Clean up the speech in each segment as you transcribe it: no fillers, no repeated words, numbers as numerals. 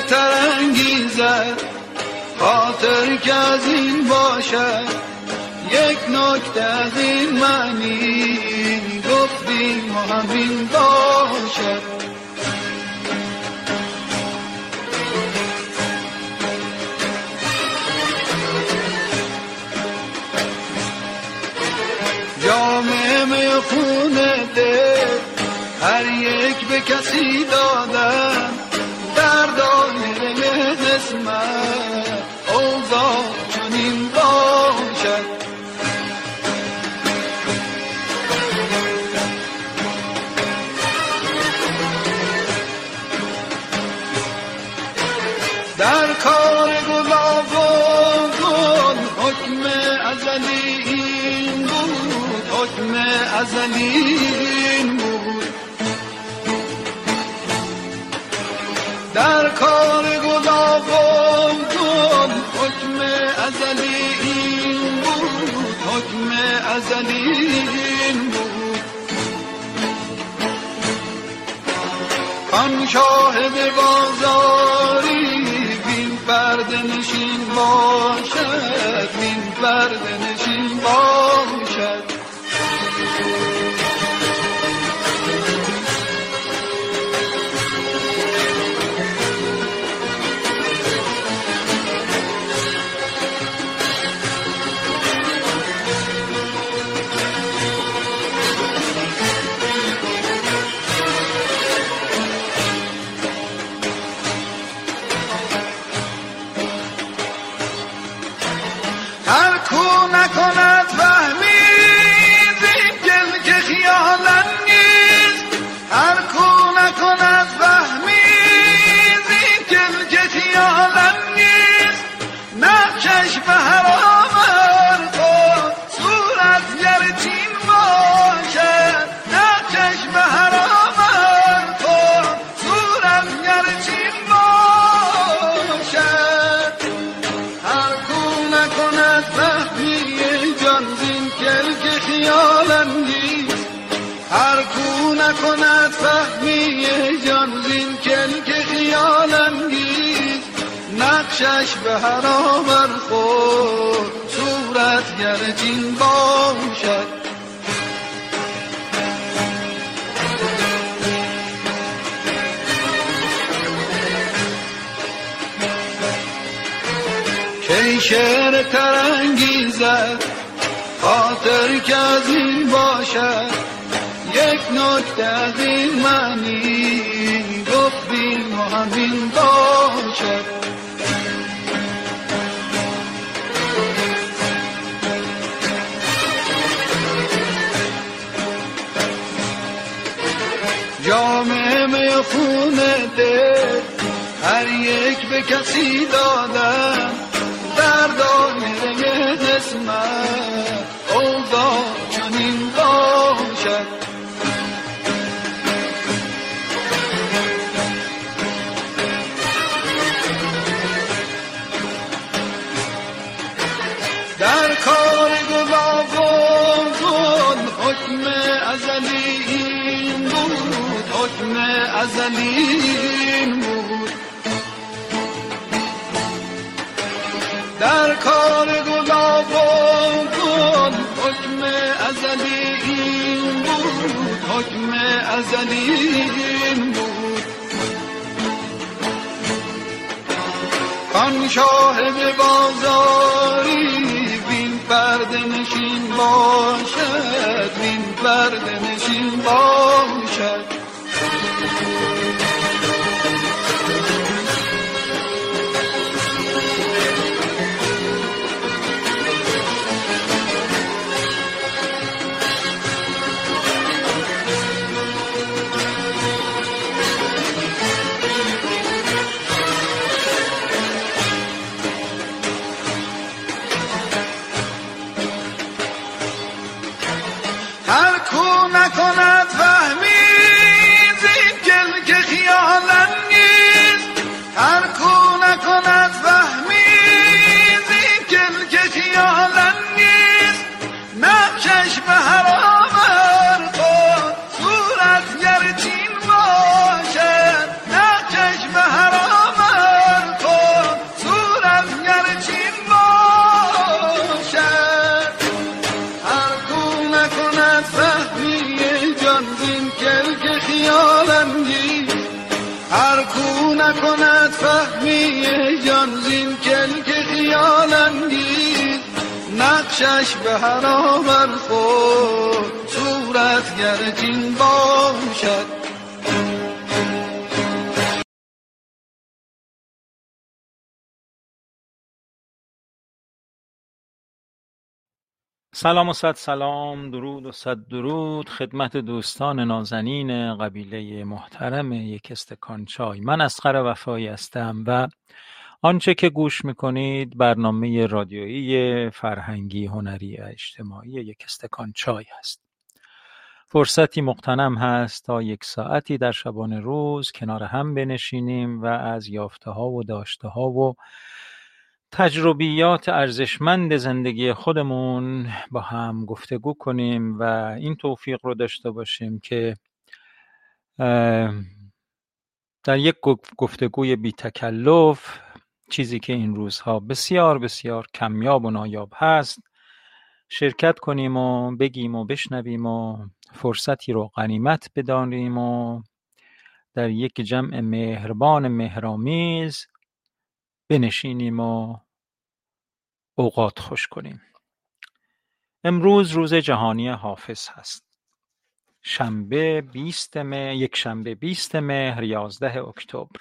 ترانگیزد خاطر که از این باشد یک نکته از این معنی گفتیم و همین باشد. جام میخونه دل هر یک به کسی دادن در دایره قسمت اوضاع چنین باشد. در کار گلاب و گل حکم ازلی این بود، حکم ازلی این بود. در کار گلاب و گل حکم ازلی این بود، حکم ازلی این بود. آن شاهد بازاری بین پرده نشین باشد، بین پرده نشین باشد. هر کو نکند فهمید این گل که خیال انگیز، هر کو نکند فهمید این گل که خیال انگیز. نقشش به حرام خود صورت گرچین باشد، نقشش به حرام خود صورت گرچین باشد. هر کو نکند فهمی جان زین کل که خیال انگیز، هر کو نکند فهمی جان زین کل که خیال انگیز. نقشش به حرام خود صورت گرچین باشد. کی شعر ترانگیزد خاطر که از این باشد یک نکته از این معنی گفتیم و همین باشد. جام میخونه دل هر یک به کسی دادن در دایره قسمت اوضاع چنین باشد. در کار گلاب و گل حکم ازلی این بود، حکم ازلی این بود. در کار گلاب و گل حکم ازلی این بود، حکم ازلی این بود. آن شاهد بازاری بین پرده نشین باشد، بین پرده نشین باشد. هر کو نکند فهمید این گل که خیال خیال انگیز نقشش به هر آور خود صورتگر جین باشد. سلام و صد سلام، درود و صد درود خدمت دوستان نازنین قبیله محترم یک استکان چای. من اصغر وفایی هستم و آنچه که گوش میکنید برنامه رادیویی فرهنگی هنری اجتماعی یک استکان چای هست. فرصتی مغتنم هست تا 1 ساعتی در شبانه روز کنار هم بنشینیم و از یافته ها و داشته ها و تجربیات ارزشمند زندگی خودمون با هم گفتگو کنیم و این توفیق رو داشته باشیم که در یک گفتگوی بی تکلف، چیزی که این روزها بسیار بسیار کمیاب و نایاب هست، شرکت کنیم و بگیم و بشنویم و فرصتی رو غنیمت بدانیم و در یک جمع مهربان مهرآمیز بنشینیم و اوقات خوش کنیم. امروز روز جهانی حافظ هست. شنبه 20 مهر، یک شنبه 20 مهر 11 اکتبر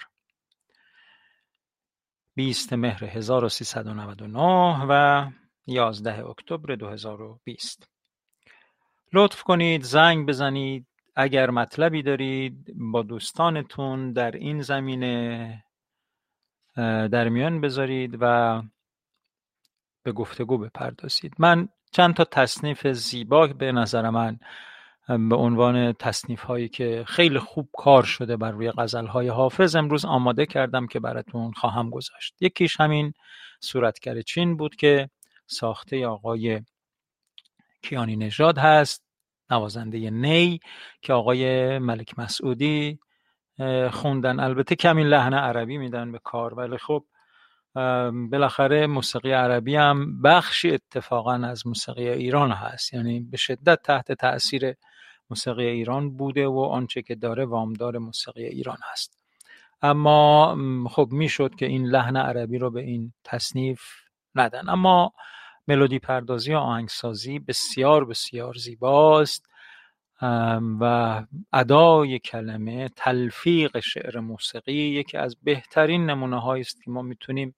20 مهر 1399 و 11 اکتبر 2020. لطف کنید زنگ بزنید اگر مطلبی دارید با دوستانتون در این زمینه در میان بذارید و به گفتگو بپردازید. من چند تا تصنیف زیبا به نظر من به عنوان تصنیف هایی که خیلی خوب کار شده بر روی غزل های حافظ امروز آماده کردم که براتون خواهم گذاشت. یکیش همین صورتگر چین بود که ساخته آقای کیانی نژاد هست، نوازنده نی که آقای ملک مسعودی خوندن. البته کمی لحن عربی میدن به کار، ولی خب بالاخره موسیقی عربی هم بخشی اتفاقا از موسیقی ایران هست، یعنی به شدت تحت تأثیر موسیقی ایران بوده و آنچه که داره وامدار موسیقی ایران هست. اما خب میشد که این لحن عربی رو به این تصنیف ندن. اما ملودی پردازی و آهنگسازی بسیار بسیار زیباست و ادای کلمه، تلفیق شعر موسیقی یکی از بهترین نمونه هایی است که ما میتونیم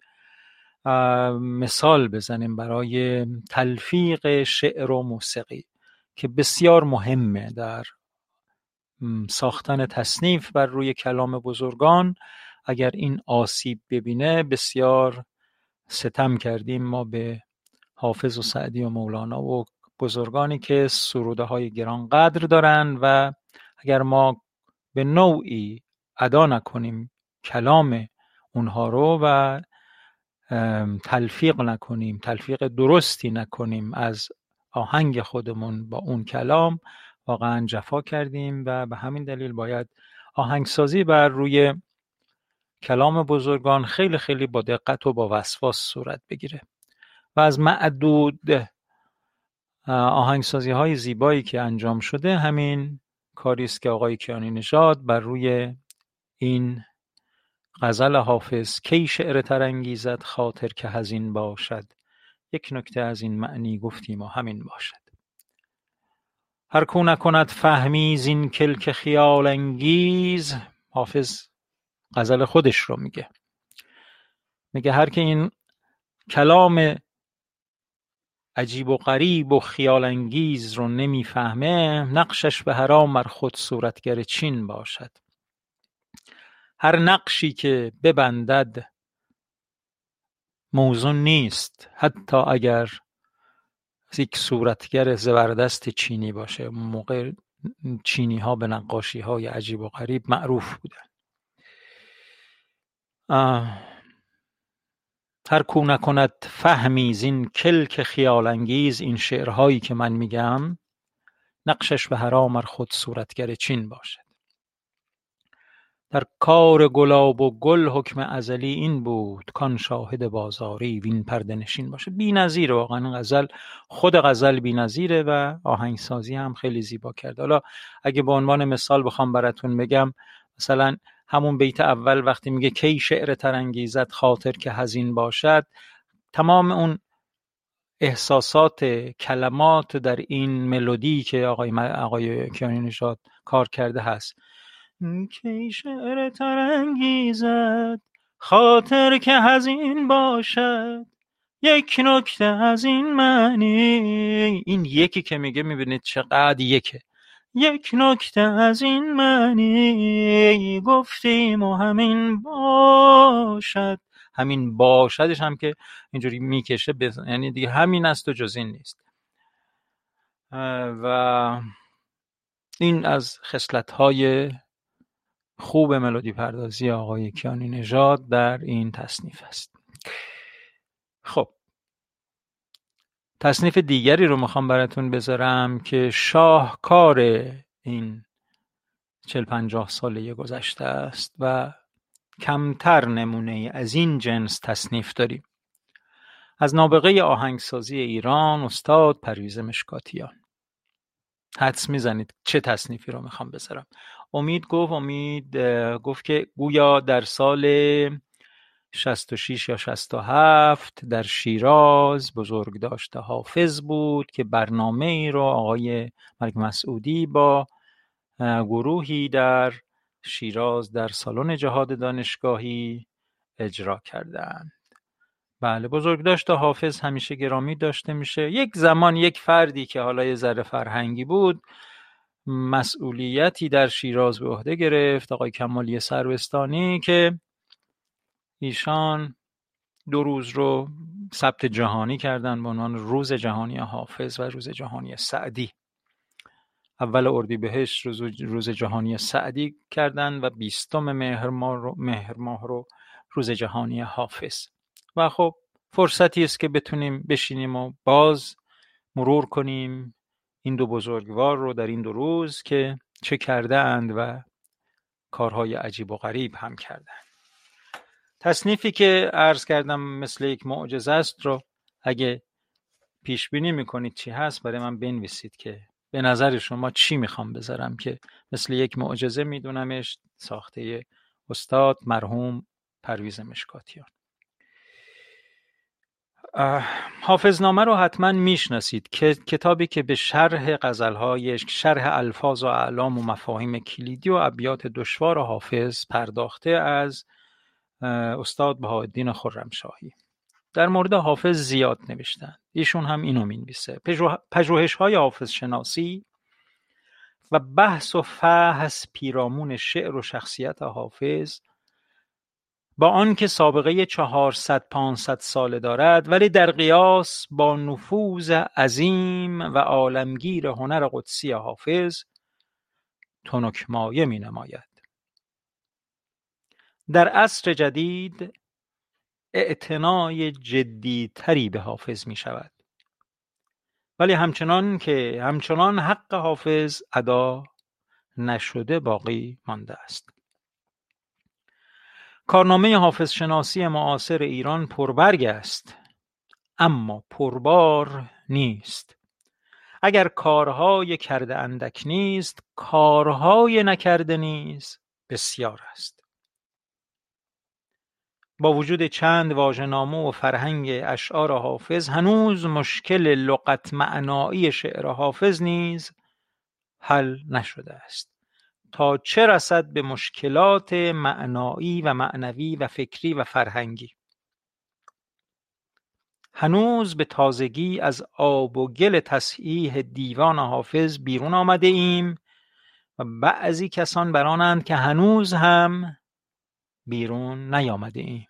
مثال بزنیم برای تلفیق شعر و موسیقی که بسیار مهمه در ساختن تصنیف بر روی کلام بزرگان. اگر این آسیب ببینه بسیار ستم کردیم ما به حافظ و سعدی و مولانا و بزرگانی که سروده های گران قدر دارن و اگر ما به نوعی ادا نکنیم کلام اونها رو و تلفیق نکنیم، تلفیق درستی نکنیم از آهنگ خودمون با اون کلام، واقعا جفا کردیم و به همین دلیل باید آهنگسازی بر روی کلام بزرگان خیلی خیلی با دقت و با وسواس صورت بگیره. و از معدود آهنگسازی های زیبایی که انجام شده همین کاری است که آقای کیانی نژاد بر روی این غزل حافظ کی شعر ترانگیزد خاطر که حزین باشد، یک نکته از این معنی گفتیم و همین باشد. هر کو نکند فهمی زین کلک خیال انگیز، حافظ غزل خودش رو میگه هر که این کلام عجیب و غریب و خیال انگیز رو نمیفهمه، نقشش به حرام مر خود صورتگر چین باشد. هر نقشی که ببندد موزون نیست، حتی اگر یک صورتگر زبردست چینی باشه. موقع چینی ها به نقاشی های عجیب و غریب معروف بودن. هر کو نکند فهمی زین کلک خیال انگیز، این شعرهایی که من میگم نقشش به حرام ار خود صورتگر چین باشد. در کار گلاب و گل حکم ازلی این بود، کان شاهد بازاری وین پرده نشین باشد. بی نظیر واقعا غزل، خود غزل بی نظیره و آهنگسازی هم خیلی زیبا کرد. حالا اگه به عنوان مثال بخوام براتون بگم، مثلا همون بیت اول وقتی میگه کی شعر ترانگیزد خاطر که حزین باشد، تمام اون احساسات کلمات در این ملودی که آقای کیانی نژاد کار کرده هست. کی شعر ترانگیزد خاطر که حزین باشد، یک نکته از این معنی. این یکی که میگه میبینید چقدر یکه. یک نکته از این معنی گفتیم و همین باشد. همین باشدش هم که اینجوری میکشه یعنی دیگه همین است و جز این نیست. و این از خصلت‌های خوب ملودی پردازی آقای کیانی نژاد در این تصنیف است. خب تصنیف دیگری رو میخوام براتون بذارم که شاهکار این 40-50 ساله گذشته است و کمتر نمونه از این جنس تصنیف داریم. از نابغه آهنگسازی ایران استاد پرویز مشکاتیان. حدس میزنید چه تصنیفی رو میخوام بذارم. امید گفت که گویا در سال 66 یا 67 در شیراز بزرگداشت حافظ بود که برنامه ای رو آقای ملک مسعودی با گروهی در شیراز در سالن جهاد دانشگاهی اجرا کردند. بله، بزرگداشت حافظ همیشه گرامی داشته میشه. یک زمان یک فردی که حالا یه ذره فرهنگی بود مسئولیتی در شیراز به عهده گرفت، آقای کمالی سروستانی، که ایشان 2 روز رو ثبت جهانی کردن به عنوان روز جهانی حافظ و روز جهانی سعدی. اول اردیبهشت روز جهانی سعدی کردن و 20 مهر ماه رو روز جهانی حافظ. و خب فرصتی است که بتونیم بشینیم و باز مرور کنیم این 2 بزرگوار رو در این 2 روز که چه کرده اند و کارهای عجیب و غریب هم کردن. تصنیفی که عرض کردم مثل یک معجزه است رو اگه پیش بینی میکنید چی هست برای من بنویسید که به نظر شما چی میخوام بذارم که مثل یک معجزه میدونمش، ساخته استاد مرحوم پرویز مشکاتیان. حافظنامه رو حتما میشناسید که کتابی که به شرح غزل‌هایش، شرح الفاظ و اعلام و مفاهیم کلیدی و ابیات دشوار حافظ پرداخته از استاد بهاءالدین خرمشاهی. در مورد حافظ زیاد نوشتن. ایشون هم اینو مینویسه: پژوهش‌های حافظ شناسی و بحث و فحص پیرامون شعر و شخصیت حافظ با آنکه سابقه 400-500 ساله دارد، ولی در قیاس با نفوذ عظیم و عالمگیر هنر قدسی حافظ تنک مایه می نماید. در عصر جدید اعتنای جدی تری به حافظ می شود، ولی همچنان حق حافظ ادا نشده باقی مانده است. کارنامه حافظ شناسی معاصر ایران پربرگ است، اما پربار نیست. اگر کارهای کرده اندک نیست، کارهای نکرده نیز بسیار است. با وجود چند واژه‌نامه و فرهنگ اشعار حافظ، هنوز مشکل لغت معنایی شعر حافظ نیز حل نشده است، تا چه رسد به مشکلات معنایی و معنوی و فکری و فرهنگی. هنوز به تازگی از آب و گل تصحیح دیوان حافظ بیرون آمده ایم و بعضی کسان برانند که هنوز هم بیرون نیامده ایم.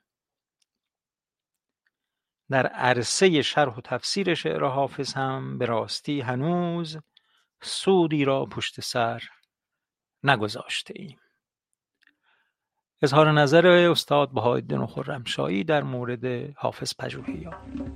در عرصه شرح و تفسیر شعر حافظ هم به راستی هنوز سودی را پشت سر نگذاشته ایم. اظهار نظر استاد بهاءالدین خرمشاهی در مورد حافظ پژوهیان.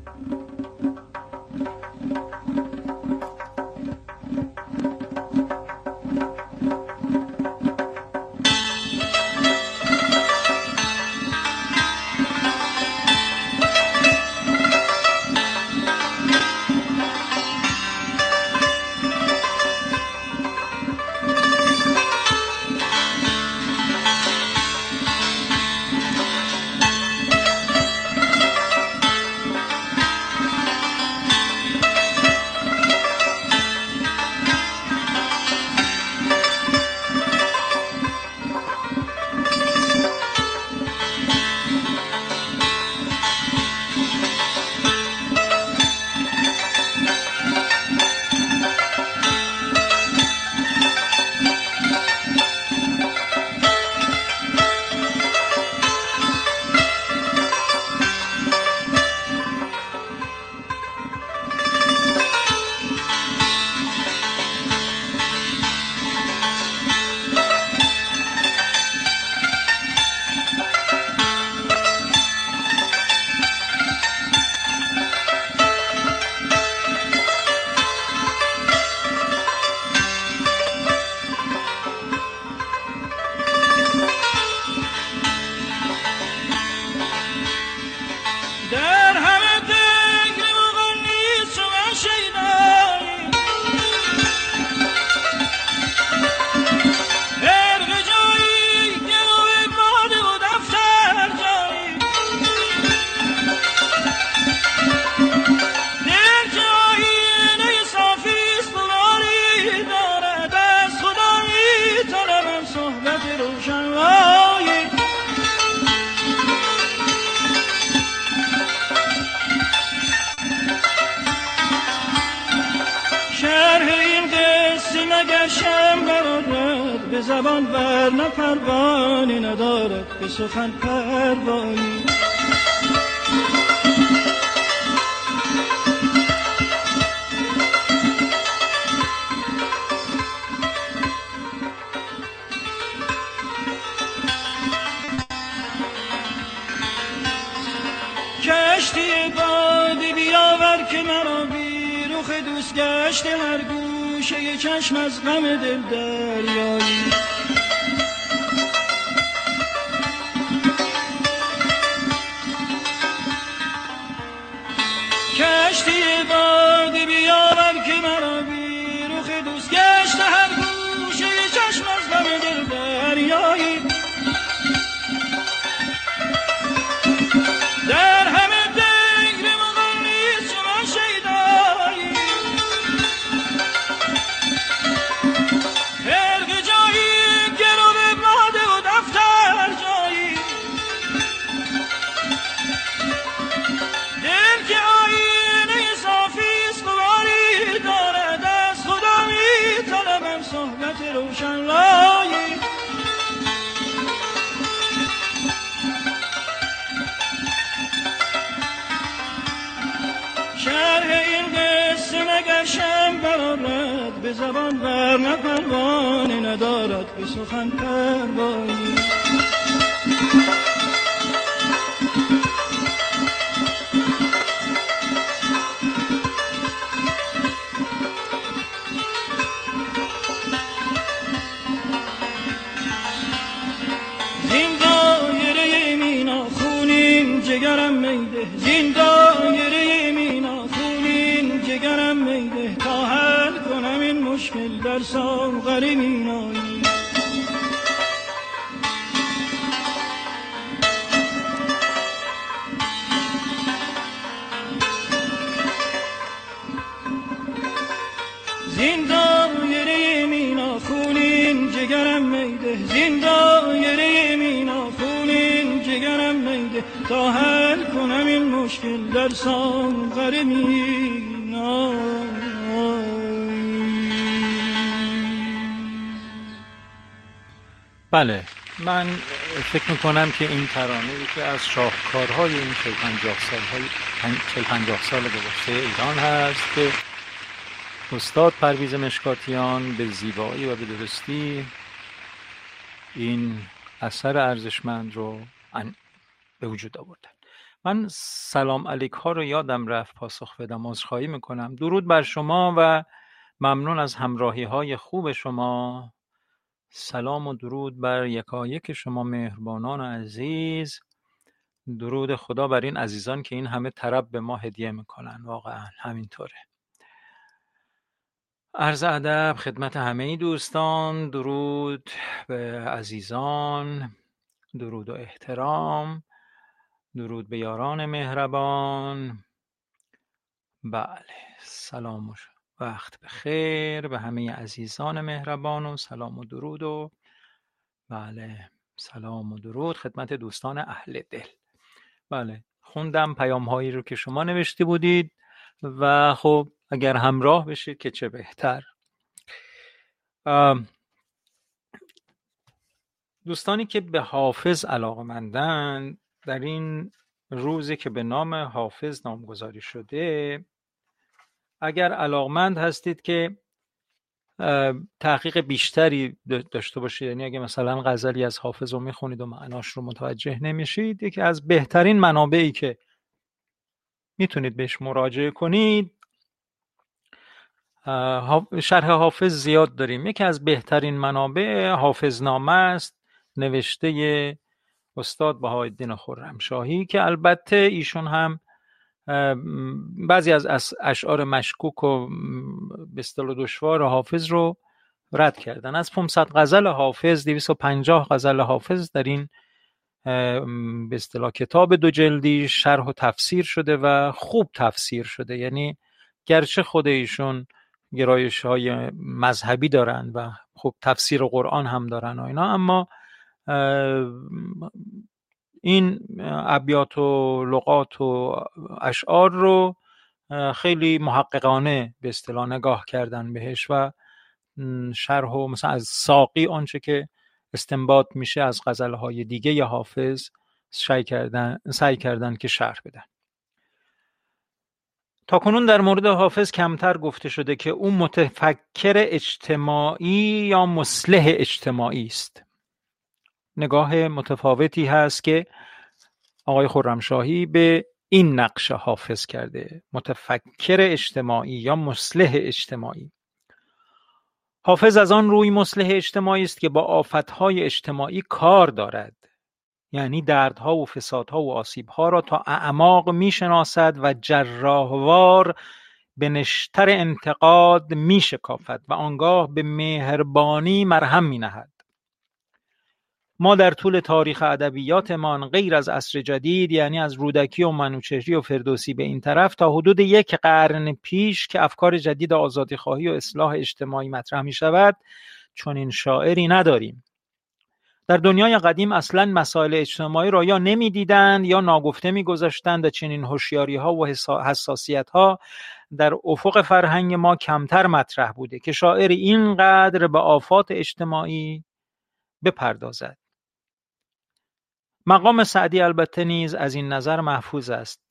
مگر شم برآرد به زبان ورنه پروانه ندارد به سخن پروایی. کشتی بادی بیاور که مرا بی رخ دوست گشته هر گوشه چشم از غم دل دریایی. کشتی بادی بیاور که مرا بی رخ دوست گشته هر گوشه چشم از غم دل دریایی. در همه دنگ مغنیست چنان شیدایی، حرق جایی گرو باده و دفتر جایی. دل که آینه صافیست غباری دارد، از خدا می طلبم صحبت روشنایی. شرح این قصه مگر شم برآرد به زبان ورنه پروانه ندارد به سخن پروایی. زین دایره مینا خونین جگرم میده، زین دایره مینا خونین جگرم میده، تا حل کنم این مشکل در ساغر مینایی. زین دایره مینا خونین جگرم میده، زین دایره مینا خونین جگرم میده، تا حل کنم این مشکل در ساغر مینایی. بله، من فکر میکنم که این ترانه یکی از شاهکارهای این 40-50 سال گذشته ایران هست که استاد پرویز مشکاتیان به زیبایی و به درستی این اثر ارزشمند رو به وجود آوردن. من سلام علیک ها رو یادم رفت پاسخ بدم، عذرخواهی میکنم. درود بر شما و ممنون از همراهی های خوب شما. سلام و درود بر یکایک شما مهربانان عزیز. درود خدا بر این عزیزان که این همه طرب به ما هدیه میکنن. واقعا همینطوره. عرض ادب خدمت همه دوستان، درود به عزیزان، درود و احترام، درود به یاران مهربان. بله، سلام و وقت بخیر به همه عزیزان مهربان و سلام و درود و بله سلام و درود خدمت دوستان اهل دل. بله، خوندم پیام هایی رو که شما نوشته بودید و خب اگر همراه بشید که چه بهتر. دوستانی که به حافظ علاقه‌مندن، در این روزی که به نام حافظ نامگذاری شده، اگر علاقمند هستید که تحقیق بیشتری داشته باشید، یعنی اگه مثلا غزلی از حافظ رو میخونید و معناش رو متوجه نمیشید، یکی از بهترین منابعی که میتونید بهش مراجعه کنید، شرح حافظ زیاد داریم. یکی از بهترین منابع حافظنامه است، نوشته استاد بهاءالدین خرمشاهی، که البته ایشون هم بعضی از اشعار مشکوک و به اصطلاح دشوار حافظ رو رد کردن. از 500 غزل حافظ 250 غزل حافظ در این به اصطلاح کتاب 2 جلدی شرح و تفسیر شده و خوب تفسیر شده. یعنی گرچه خود ایشون گرایش‌های مذهبی دارن و خوب تفسیر قرآن هم دارن و اینا، اما این ابیات و لغات و اشعار رو خیلی محققانه به اصطلاح نگاه کردن بهش و شرح و مثلا از ساقی آنچه که استنباط میشه از غزلهای دیگه یا حافظ سعی کردن که شرح بدن. تاکنون در مورد حافظ کمتر گفته شده که او متفکر اجتماعی یا مصلح اجتماعی است. نگاه متفاوتی هست که آقای خرمشاهی به این نقش حافظ کرده، متفکر اجتماعی یا مصلح اجتماعی. حافظ از آن روی مصلح اجتماعی است که با آفتهای اجتماعی کار دارد، یعنی دردها و فسادها و آسیبها را تا اعماق میشناسد و جراحوار به نشتر انتقاد میشکافد و آنگاه به مهربانی مرهم مینهد. ما در طول تاریخ ادبیاتمان غیر از عصر جدید، یعنی از رودکی و منوچهری و فردوسی به این طرف، تا حدود 1 قرن پیش که افکار جدید آزادیخواهی و اصلاح اجتماعی مطرح می شود، چون این شاعری نداریم. در دنیای قدیم اصلاً مسائل اجتماعی را یا نمی دیدند یا ناگفته می گذاشتند و چنین هوشیاری ها و حساسیت ها در افق فرهنگ ما کمتر مطرح بوده که شاعر اینقدر به آفات اجتماعی بپردازد. مقام سعدی البته نیز از این نظر محفوظ است،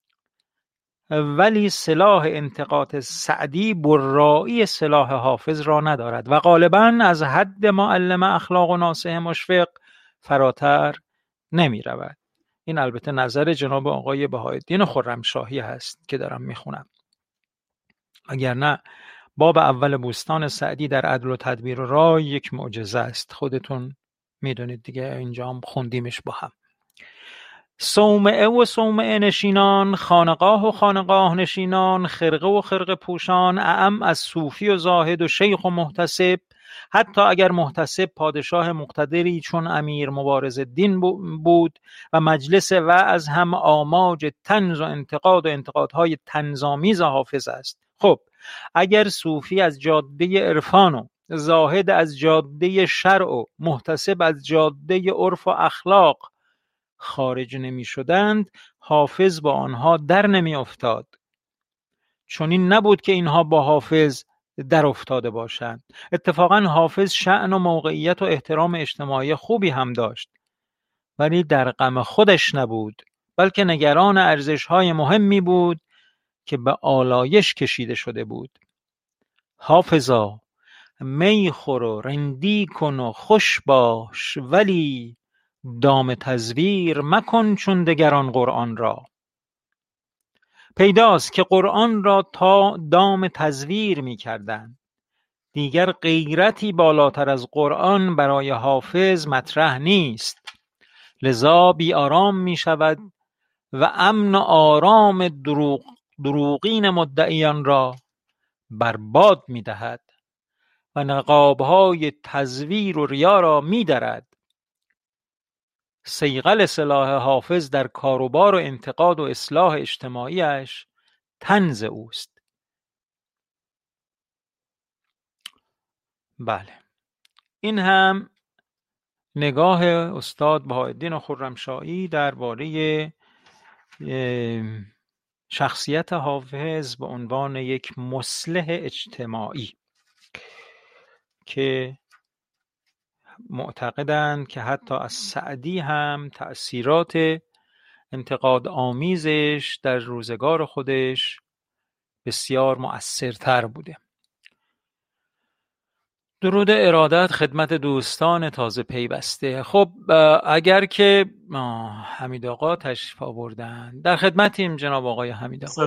ولی سلاح انتقاد سعدی برایی سلاح حافظ را ندارد و غالباً از حد معلم اخلاق و ناصح مشفق فراتر نمی رود. این البته نظر جناب آقای بهاءالدین خرمشاهی هست که دارم میخونم. اگر نه باب اول بوستان سعدی در عدل و تدبیر و رای یک معجزه است. خودتون میدونید دیگه، اینجا هم خوندیمش با هم. صومعه و صومعه نشینان، خانقاه و خانقاه نشینان، خرقه و خرقه پوشان، اعم از صوفی و زاهد و شیخ و محتسب، حتی اگر محتسب پادشاه مقتدری چون امیر مبارزالدین بود و مجلس وعظ هم آماج طنز و انتقادهای طنزآمیز حافظ است. خب اگر صوفی از جاده عرفان و زاهد از جاده شرع و محتسب از جاده عرف و اخلاق خارج نمی شدند، حافظ با آنها در نمی افتاد. چون این نبود که اینها با حافظ در افتاده باشند. اتفاقا حافظ شأن و موقعیت و احترام اجتماعی خوبی هم داشت، ولی در غم خودش نبود، بلکه نگران ارزش‌های مهمی بود که به آلایش کشیده شده بود. حافظا می خور و رندی کن و خوش باش، ولی دام تزویر مکن چون دگران قرآن را. پیداست که قرآن را تا دام تزویر می کردن. دیگر غیرتی بالاتر از قرآن برای حافظ مطرح نیست، لذا بی آرام می شود و امن و آرام دروغین مدعیان را برباد می دهد و نقابهای تزویر و ریا را می درد. صیقل سلاح حافظ در کاروبار و انتقاد و اصلاح اجتماعیش طنز اوست. بله، این هم نگاه استاد بهاءالدین خرمشاهی درباره شخصیت حافظ به عنوان یک مصلح اجتماعی که معتقدند که حتی از سعدی هم تأثیرات انتقاد آمیزش در روزگار خودش بسیار مؤثرتر بوده. درود ارادت خدمت دوستان تازه پیوسته. خب اگر که حمید آقا تشریف آوردن، در خدمتیم جناب آقای حمید آقا.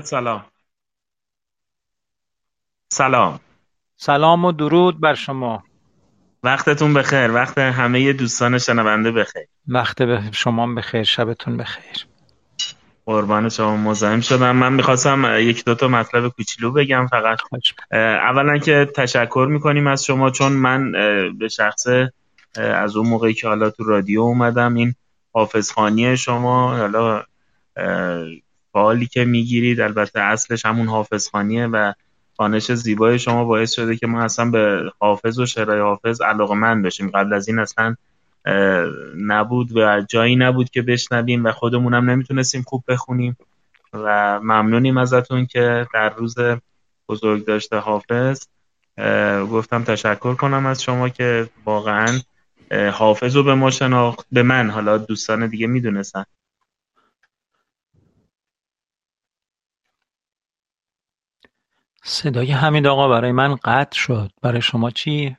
سلام و درود بر شما. وقتتون بخیر، وقت همه دوستان شنونده بخیر. وقت به شما بخیر، شبتون بخیر. قربان شما، مزاحم شدم. من میخواستم یک دوتا مطلب کوچولو بگم فقط. اولا که تشکر میکنیم از شما، چون من به شخصه از اون موقعی که حالا تو رادیو اومدم این حافظخوانی شما، حالا فعالی که میگیرید البته اصلش همون حافظخوانیه و خوانش زیبای شما باعث شده که ما اصلا به حافظ و شعرهای حافظ علاقه‌مند بشیم. قبل از این اصلا نبود و جایی نبود که بشنویم و خودمونم نمیتونستیم خوب بخونیم و ممنونیم ازتون که در روز بزرگداشت حافظ گفتم تشکر کنم از شما که واقعا حافظ رو به ما شناخت، به من، حالا دوستان دیگه میدونستن. صدای حمید آقا برای من قطع شد، برای شما چی؟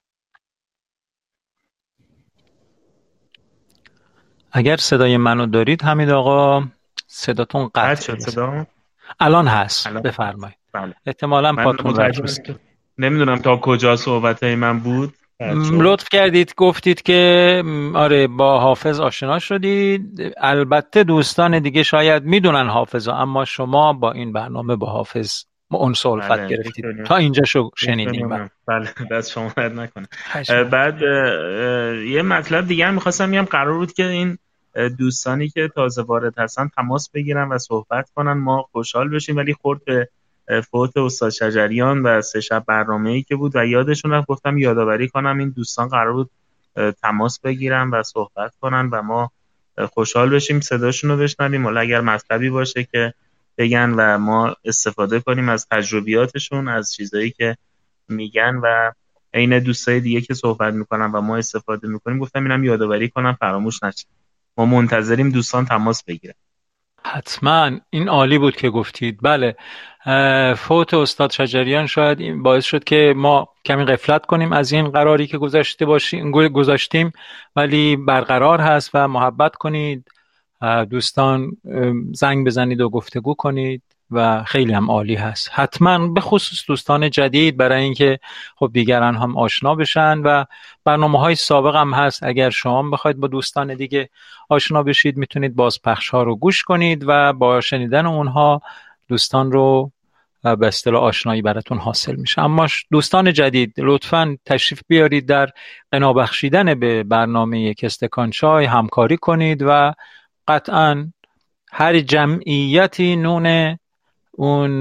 اگر صدای منو دارید حمید آقا، صداتون قطع قطع. شد صدا؟ الان هست، الان؟ بفرمایید. بله. احتمالاً من پاتون رد متوجه شد. نشدم. نمیدونم تا کجا صحبتای من بود. قطع شد. لطف کردید گفتید که آره با حافظ آشنا شدید. البته دوستان دیگه شاید میدونن حافظ، اما شما با این برنامه با حافظ انس و الفت بله، گرفتید. تا اینجا شو یک شنیدیم. دنیا. بله، دست شما درد نکنه. خشم. بعد یه مطلب دیگه هم میخواستم بگم. قرار بود که این دوستانی که تازه وارد هستن تماس بگیرن و صحبت کنن، ما خوشحال بشیم، ولی خورد به فوت استاد شجریان و 3 شب برنامه‌ای که بود و یادشون رفت. گفتم یادآوری کنم این دوستان قرار بود تماس بگیرن و صحبت کنن و ما خوشحال بشیم صداشون رو بشنویم. حالا اگر مطلبی باشه که بگن و ما استفاده کنیم از تجربیاتشون، از چیزایی که میگن و عین دوستای دیگه که صحبت میکنن و ما استفاده میکنیم. گفتم اینم یادآوری کنم فراموش نشه. ما منتظریم دوستان تماس بگیرن. حتما این عالی بود که گفتید. بله، فوت استاد شجریان شاید این باعث شد که ما کمی غفلت کنیم از این قراری که گذاشتیم، ولی برقرار هست و محبت کنید دوستان، زنگ بزنید و گفتگو کنید و خیلی هم عالی هست. حتما به خصوص دوستان جدید، برای اینکه خب دیگران هم آشنا بشن و برنامه‌های سابق هم هست. اگر شما بخواید با دوستان دیگه آشنا بشید میتونید بازپخش ها رو گوش کنید و با شنیدن اونها دوستان رو به اصطلاح آشنایی براتون حاصل میشه. اما دوستان جدید لطفاً تشریف بیارید در غنا بخشیدن به برنامه یک استکان چای همکاری کنید و قطعاً هر جمعیتی نون اون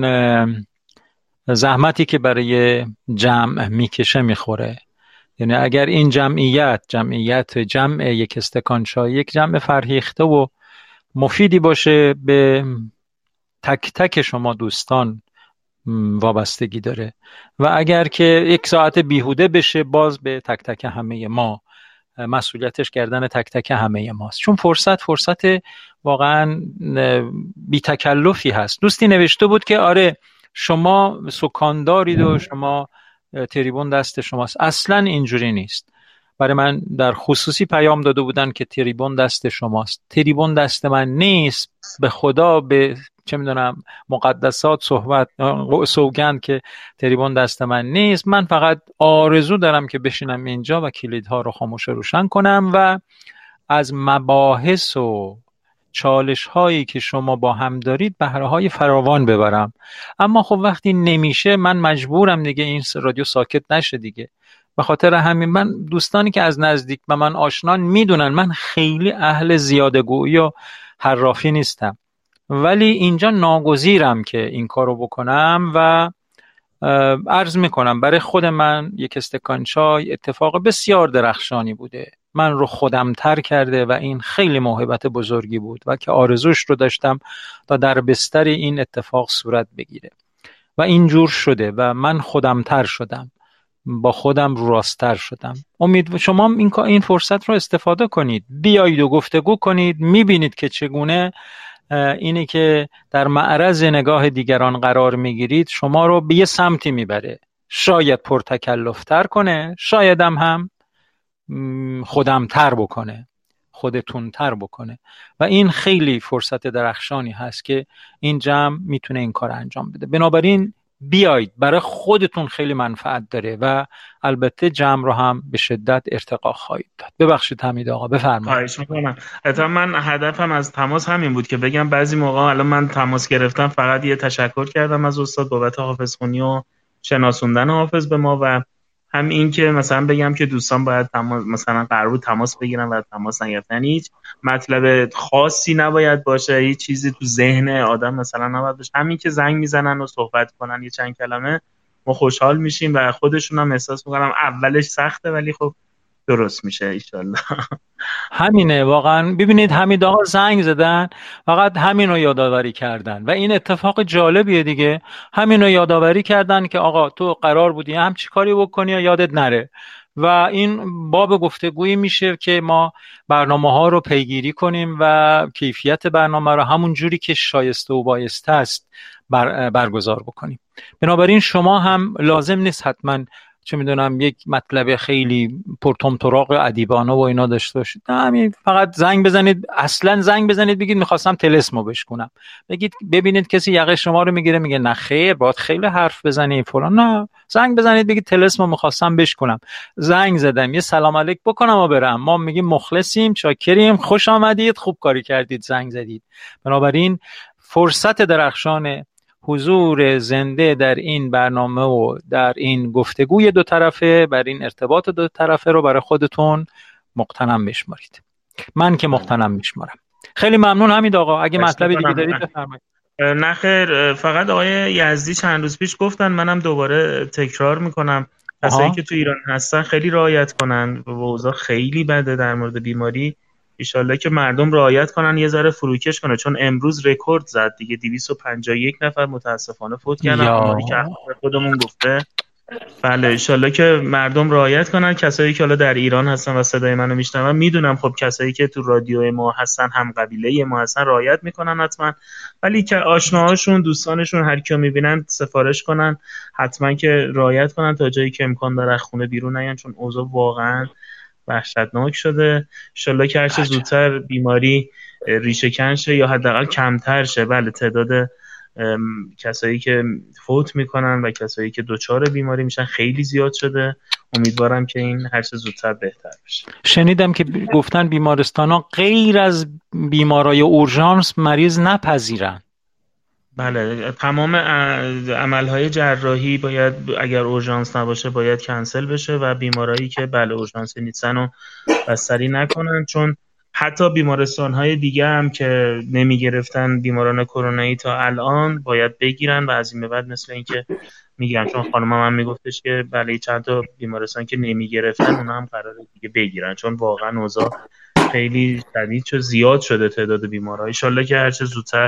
زحمتی که برای جمع میکشه میخوره. یعنی اگر این جمع یک استکان چای یک جمع فرهیخته و مفیدی باشه، به تک تک شما دوستان وابستگی داره و اگر که یک ساعت بیهوده بشه باز به تک تک همه ما، مسئولیتش کردن تک تک همه ماست. چون فرصت واقعا بی تکلفی هست. دوستی نوشته بود که آره شما سکاندارید و شما تریبون دست شماست. اصلا اینجوری نیست. برای من در خصوصی پیام داده بودن که تریبون دست شماست. تریبون دست من نیست. به خدا، به چه میدونم مقدسات سوگند که تریبون دست من نیست. من فقط آرزو دارم که بشینم اینجا و کلیدها رو خاموش روشن کنم و از مباحث و چالش هایی که شما با هم دارید بهره های فراوان ببرم. اما خب وقتی نمیشه من مجبورم دیگه این رادیو ساکت نشه دیگه. به خاطر همین من دوستانی که از نزدیک به من آشنان میدونن من خیلی اهل زیاده گویی و حرافی نیستم، ولی اینجا ناگزیرم که این کارو بکنم و عرض میکنم برای خود من یک استکان چای اتفاق بسیار درخشانی بوده. من رو خودم تر کرده و این خیلی موهبت بزرگی بود و که آرزوش رو داشتم تا در بستر این اتفاق صورت بگیره و اینجور شده و من خودم تر شدم، با خودم رو راستر شدم. امید شما این فرصت رو استفاده کنید، بیایید و گفتگو کنید. میبینید که چگونه اینی که در معرض نگاه دیگران قرار میگیرید شما رو به یه سمتی میبره، شاید پرتکلفتر کنه، شاید هم خودم تر بکنه، خودتون تر بکنه و این خیلی فرصت درخشانی هست که این جمع میتونه این کار انجام بده. بنابراین بیایید، برای خودتون خیلی منفعت داره و البته جمع رو هم به شدت ارتقا خواهید داد. ببخشید حمید آقا، بفرمایید. خواهش میکنم. اتفاقا من هدفم از تماس همین بود که بگم بعضی موقع الان من تماس گرفتم فقط یه تشکر کردم از استاد بابت حافظخوانی و شناسوندن حافظ به ما و هم این که مثلا بگم که دوستان باید مثلا قرار بود تماس بگیرن و تماس نگرفتن. هیچ مطلب خاصی نباید باشه، هیچ چیزی تو ذهن آدم مثلا نباید باشه. همین که زنگ میزنن و صحبت کنن یه چند کلمه ما خوشحال میشیم و خودشون هم احساس میکنم اولش سخته ولی خب درست میشه ایشالله. همینه واقعا. ببینید حمید آقا زنگ زدن، فقط همین رو یادآوری کردن و این اتفاق جالبیه دیگه. همین رو یادآوری کردن که آقا تو قرار بودی هم چی کاری بکنی یا یادت نره، و این باب گفتگویی میشه که ما برنامه ها رو پیگیری کنیم و کیفیت برنامه رو همون جوری که شایسته و بایسته است برگزار بکنیم. بنابراین شما هم لازم نیست حتما چه میدونم یک مطلب خیلی پرطمطراق ادیبانه و اینا داشته باشید. همین فقط زنگ بزنید، اصلا زنگ بزنید بگید میخواستم طلسمو بشکنم، بگید ببینید کسی یقه شما رو میگیره میگه نه خیر باید خیلی حرف بزنی فلان، نه زنگ بزنید بگید طلسمو میخواستم بشکنم، زنگ زدم یه سلام علیک بکنم و برم. ما میگیم مخلصیم، چاکریم، خوش آمدید، خوب کاری کردید زنگ زدید. بنابراین فرصت درخشان حضور زنده در این برنامه و در این گفتگوی دو طرفه، بر این ارتباط دو طرفه رو برای خودتون مقتنم بشمارید. من که مقتنم میشمارم. خیلی ممنون حمید آقا، اگه مطلبی دیگه دارید بفرمایید. نه خیر، فقط آقای یزدی چند روز پیش گفتن، منم دوباره تکرار میکنم، کسایی که تو ایران هستن خیلی رعایت کنن و اوضاع خیلی بده در مورد بیماری. ایشالله که مردم رعایت کنن، یه ذره فروکش کنه، چون امروز رکورد زد دیگه، 251 نفر متاسفانه فوت کردن، آماری که خودمون گفته. بله ایشالله که مردم رعایت کنن. کسایی که حالا در ایران هستن و صدای منو میشنون، میدونم خب کسایی که تو رادیو ما هستن، هم قبیله ما هستن، رعایت میکنن حتما، ولی که آشناهاشون، دوستانشون، هر کیو میبینن سفارش کنن حتما که رعایت کنن تا جایی که امکان داره خونه بیرون نیان، چون اوضاع واقعا وحشتناک شده. ایشالله که هر چه زودتر بیماری ریشه کن شه یا حداقل کمتر شه. بله تعداد کسایی که فوت میکنن و کسایی که دچار بیماری میشن خیلی زیاد شده. امیدوارم که این هر چه زودتر بهتر بشه. شنیدم که گفتن بیمارستانا غیر از بیمارای اورژانس مریض نپذیرن. بله تمام عملهای جراحی باید، اگر اورژانس نباشه باید کنسل بشه و بیمارایی که بله اورژانس نیستن رو بستری نکنن، چون حتی بیمارستان‌های دیگه هم که نمی‌گرفتن بیماران کرونایی تا الان باید بگیرن و از این به بعد مثل این که میگن، چون خانم هم میگفتش که بله چند تا بیمارستان که نمی‌گرفتن اونا هم قراره دیگه بگیرن، چون واقعا اوضاع خیلی شدید شد، زیاد شده تعداد بیمارها. ان شاءالله که هر چه زودتر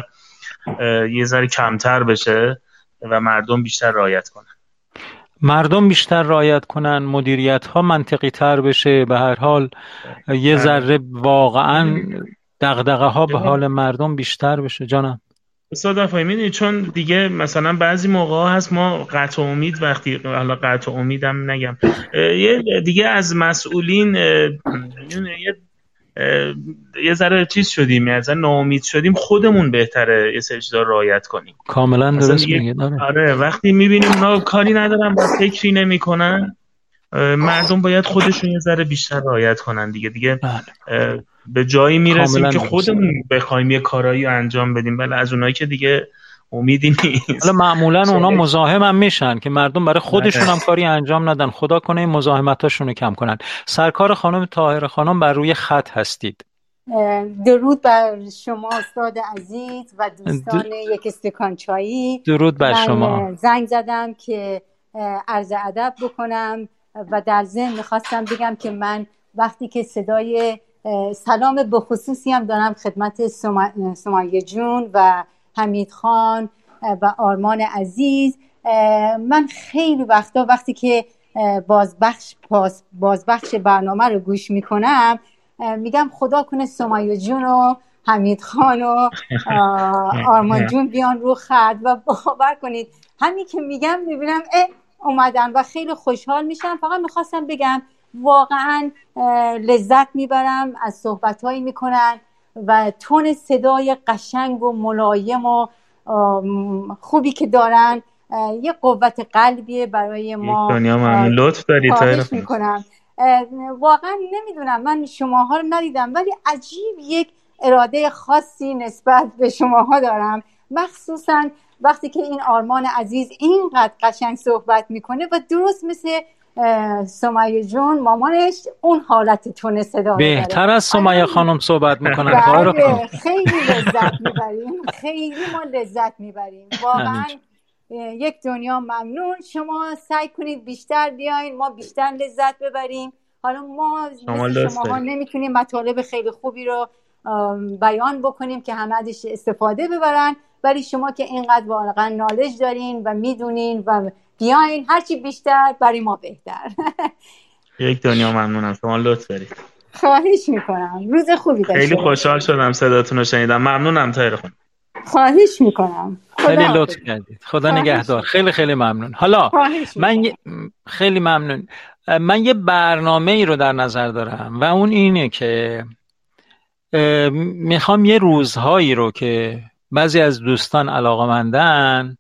یه ذره کمتر بشه و مردم بیشتر رعایت کنن. مردم بیشتر رعایت کنن، مدیریت ها منطقی تر بشه، به هر حال یه ذره واقعا دغدغه ها به حال مردم بیشتر بشه. جانم استاد وفایی میدونی، چون دیگه مثلا بعضی موقع ها هست ما قطع امید، وقتی حالا قطع امیدم نگم، یه دیگه از مسئولین یه ذره چیز شدیم، یعنی ناامید شدیم، خودمون بهتره یه سری چیزا رعایت کنیم. کاملا درست میگید. آره وقتی میبینیم اونا کاری ندارن و فکری نمیکنن، مردم باید خودشون یه ذره بیشتر رعایت کنن دیگه به جایی میرسیم که خودمون بخوایم یه کارایی انجام بدیم. بله از اونایی که دیگه امیدی نیست. حالا معمولا اونا مزاحم هم میشن که مردم برای خودشون هم کاری انجام ندن. خدا کنه این مزاحمتاشون رو کم کنن. سرکار خانم طاهره خانم بر روی خط هستید. درود بر شما استاد عزیز و دوستان یک استکان چایی. درود بر شما. زنگ زدم که عرض ادب بکنم و در ضمن میخواستم بگم که من وقتی که صدای سلام به خصوصی هم دارم خدمت سمیه جون و حمید خان و آرمان عزیز. من خیلی وقتی که بازبخش برنامه رو گوش میکنم میگم خدا کنه سمیه جون و حمید خان و آرمان جون بیان رو خط و باور کنید همین که میگم میبینم اومدن و خیلی خوشحال میشم. فقط میخواستم بگم واقعا لذت میبرم از صحبتهایی میکنن و تون صدای قشنگ و ملایم و خوبی که دارن یه قوت قلبیه برای ما. لطف داری خواهش میکنم. واقعا نمیدونم، من شماها رو ندیدم ولی عجیب یک اراده خاصی نسبت به شماها دارم، مخصوصا وقتی که این آرمان عزیز اینقدر قشنگ صحبت میکنه و درست مثل سمیه جون مامانش اون حالت تون صدا بهتر از سمیه خانم صحبت میکنن. بله خیلی لذت میبریم، خیلی ما لذت میبریم واقعا. یک دنیا ممنون. شما سعی کنید بیشتر بیاین، ما بیشتر لذت ببریم حالا ما مثل شماها نمیتونیم مطالب خیلی خوبی رو بیان بکنیم که همه ازش استفاده ببرن، ولی شما که اینقدر واقعا نالج دارین و میدونین و بیاین، هرچی بیشتر برای ما بهتر. یک دنیا ممنونم، شما لطف دارید. خواهش میکنم، روز خوبی داشته خیلی خوشحال شدم صداتون رو شنیدم. ممنونم طاهر خانم. خواهش میکنم، خیلی لطف کردید. خدا نگهدار. خیلی خیلی ممنون. حالا خیلی ممنون. من یه برنامه ای رو در نظر دارم و اون اینه که میخوام یه روزهایی رو که بعضی از دوستان علاقه‌مندن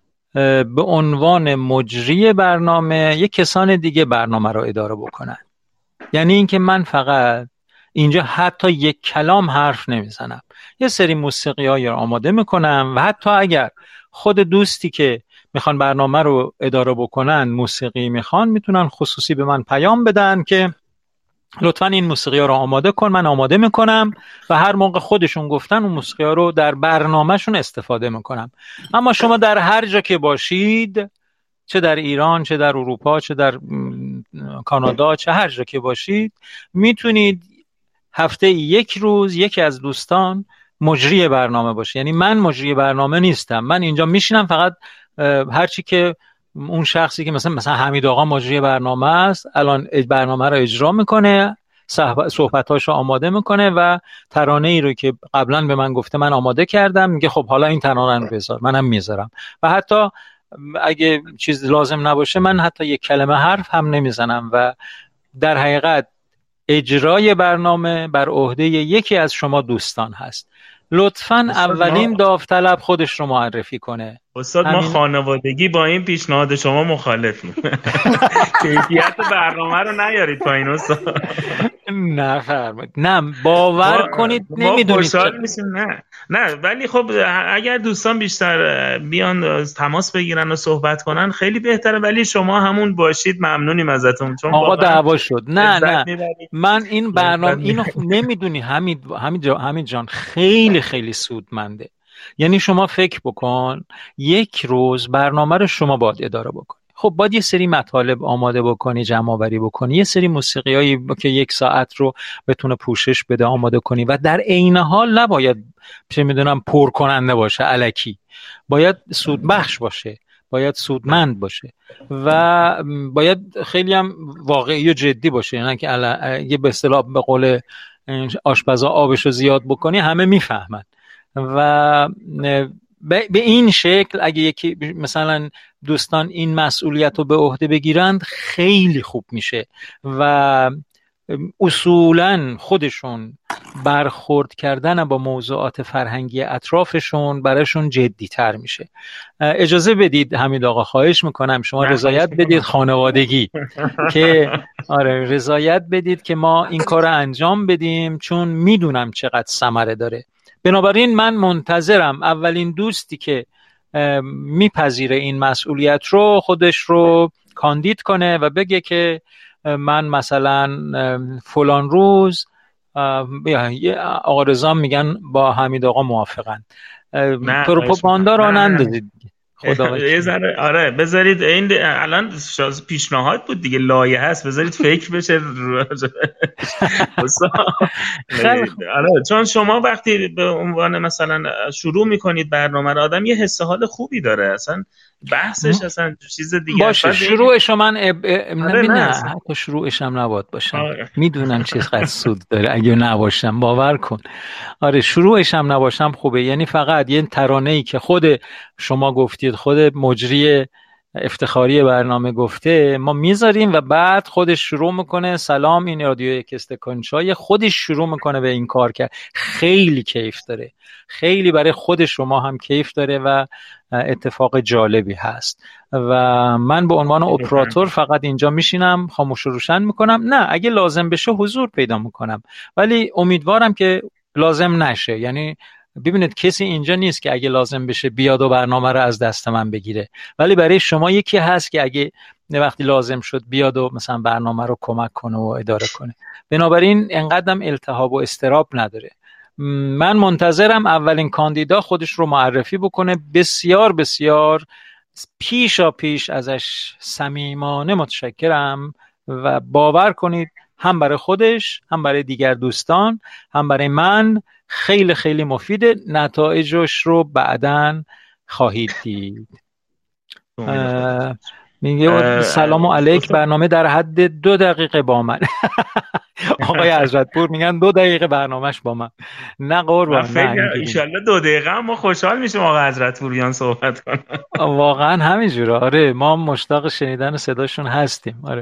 به عنوان مجری برنامه یه کسان دیگه برنامه رو اداره بکنن. یعنی اینکه من فقط اینجا حتی یک کلام حرف نمیزنم، یه سری موسیقی‌هایی رو آماده میکنم و حتی اگر خود دوستی که میخوان برنامه رو اداره بکنن موسیقی میخوان، میتونن خصوصی به من پیام بدن که لطفاً این موسیقی‌ها رو آماده کن، من آماده میکنم و هر موقع خودشون گفتن اون موسیقی‌ها رو در برنامهشون استفاده میکنم. اما شما در هر جا که باشید، چه در ایران، چه در اروپا، چه در کانادا، چه هر جا که باشید، میتونید هفته یک روز یکی از دوستان مجری برنامه باشه. یعنی من مجری برنامه نیستم، من اینجا میشینم فقط هرچی که اون شخصی که مثلا حمید آقا مجری برنامه است، الان برنامه رو اجرا میکنه، صحبتاشو آماده میکنه و ترانه ای رو که قبلا به من گفته من آماده کردم، میگه خب حالا این ترانه رو بذار، منم میذارم. و حتی اگه چیز لازم نباشه من حتی یک کلمه حرف هم نمیزنم و در حقیقت اجرای برنامه بر عهده یکی از شما دوستان هست. لطفاً اولین داوطلب خودش رو معرفی کنه. استاد ما خانوادگی با این پیشنهاد شما مخالفیم. کیفیت برنامه رو نیارید پایین استاد. نه فرمایید. نه باور کنید نمیدونید. نه ولی خب اگر دوستان بیشتر بیان تماس بگیرن و صحبت کنن خیلی بهتره، ولی شما همون باشید ممنونیم ازتون. چون آقا دعوا شد. نه من این برنامه اینو نمیدونی حمید جان خیلی خیلی سودمنده. یعنی شما فکر بکن یک روز برنامه رو شما باید اداره بکنی. خب باید یه سری مطالب آماده بکنی، جمع آوری بکنی، یه سری موسیقیایی که یک ساعت رو بتونه پوشش بده آماده کنی و در عین حال نباید چه میدونم پر کننده باشه الکی، باید سودبخش باشه، باید سودمند باشه و باید خیلی هم واقعی و جدی باشه. یعنی که یه به اصطلاح به قول آشپزا آبشو زیاد بکنی همه میفهمن و به این شکل اگه یکی مثلا دوستان این مسئولیت رو به عهده بگیرند خیلی خوب میشه و اصولاً خودشون برخورد کردن با موضوعات فرهنگی اطرافشون براشون جدی تر میشه. اجازه بدید حمید آقا، خواهش میکنم شما رضایت بدید خانوادگی که رضایت بدید که ما این کار رو انجام بدیم، چون میدونم چقدر ثمره داره. بنابراین من منتظرم اولین دوستی که میپذیره این مسئولیت رو خودش رو کاندید کنه و بگه که من مثلا فلان روز آقا رضا میگن با حمید آقا موافقن. پروپاگاندا رو نندازید. یه ذره آره بذارید این الان پیشنهاد بود دیگه، لایحه هست، بذارید فکر بشه. آره چون شما وقتی به عنوان مثلا شروع میکنید برنامه رو، آدم یه حس حال خوبی داره، اصلا بحثش اصلا چیز دیگه باشه. شروعش من نه حتی شروعش هم نباید باشم. میدونم چقدر سود داره اگه نباشم، باور کن. آره شروعش هم نباشم خوبه. یعنی فقط یه ترانه‌ای که خود شما گفتید، خود مجری افتخاری برنامه گفته، ما میذاریم و بعد خودش شروع میکنه سلام این رادیو یک استکان چای، خودش شروع میکنه به این کار کرد. خیلی کیف داره، خیلی برای خود شما هم کیف داره و اتفاق جالبی هست و من به عنوان اپراتور فقط اینجا میشینم خاموش و روشن میکنم. نه اگه لازم بشه حضور پیدا میکنم، ولی امیدوارم که لازم نشه. یعنی ببینید کسی اینجا نیست که اگه لازم بشه بیاد و برنامه رو از دست من بگیره، ولی برای شما یکی هست که اگه وقتی لازم شد بیاد و مثلا برنامه رو کمک کنه و اداره کنه. بنابراین انقدرم التهاب و استراب نداره. من منتظرم اولین کاندیدا خودش رو معرفی بکنه. بسیار بسیار پیشا پیش ازش صمیمانه متشکرم و باور کنید هم برای خودش، هم برای دیگر دوستان، هم برای من خیلی خیلی مفیده. نتایجش رو بعداً خواهید دید. میگه سلام علیک، برنامه در حد 2 دقیقه با من. آقای حضرتپور میگن 2 دقیقه برنامهش با من. نه قربان، نه انشالله 2 دقیقه هم ما خوشحال میشیم آقای حضرتپوریان صحبت کنن. واقعا همینجوره. آره ما مشتاق شنیدن صداشون هستیم. آره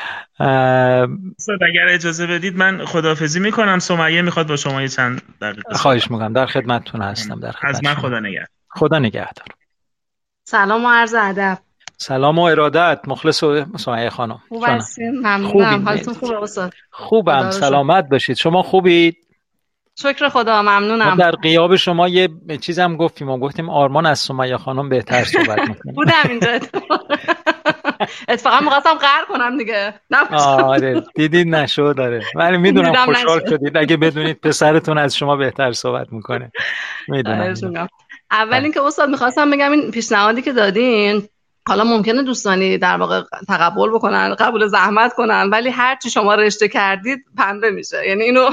اگر اجازه بدید من خداحافظی میکنم. سمیه میخواد با شما یه چند دقیقه خواهش میکنم. در خدمتتون هستم. از من خدا نگهدار. خدا نگهدار. سلام و عرض ادب. سلام و ارادت. مخلص و سمیه خانم. خوب هستین؟ ممنونم. حالتون خوبه استاد؟ خوبم. سلامت باشید. شما خوبید؟ شکر خدا، ممنونم. ما در غیاب شما یه چیزم گفتیم آرمان از سمیه خانم بهتر صحبت میکنه. بودم اینجا اتفاقا می‌خواستم قهر کنم دیگه. آره دیدید نشد. داره ولی میدونم خوشحال شدید اگه بدونید پسرتون از شما بهتر صحبت میکنه. میدونم. اول اینکه استاد می‌خواستم بگم این پیشنهادی که دادین حالا ممکنه دوستانی در واقع تقبل بکنن، قبول زحمت کنن، ولی هر چی شما رشته کردید پنبه میشه. یعنی اینو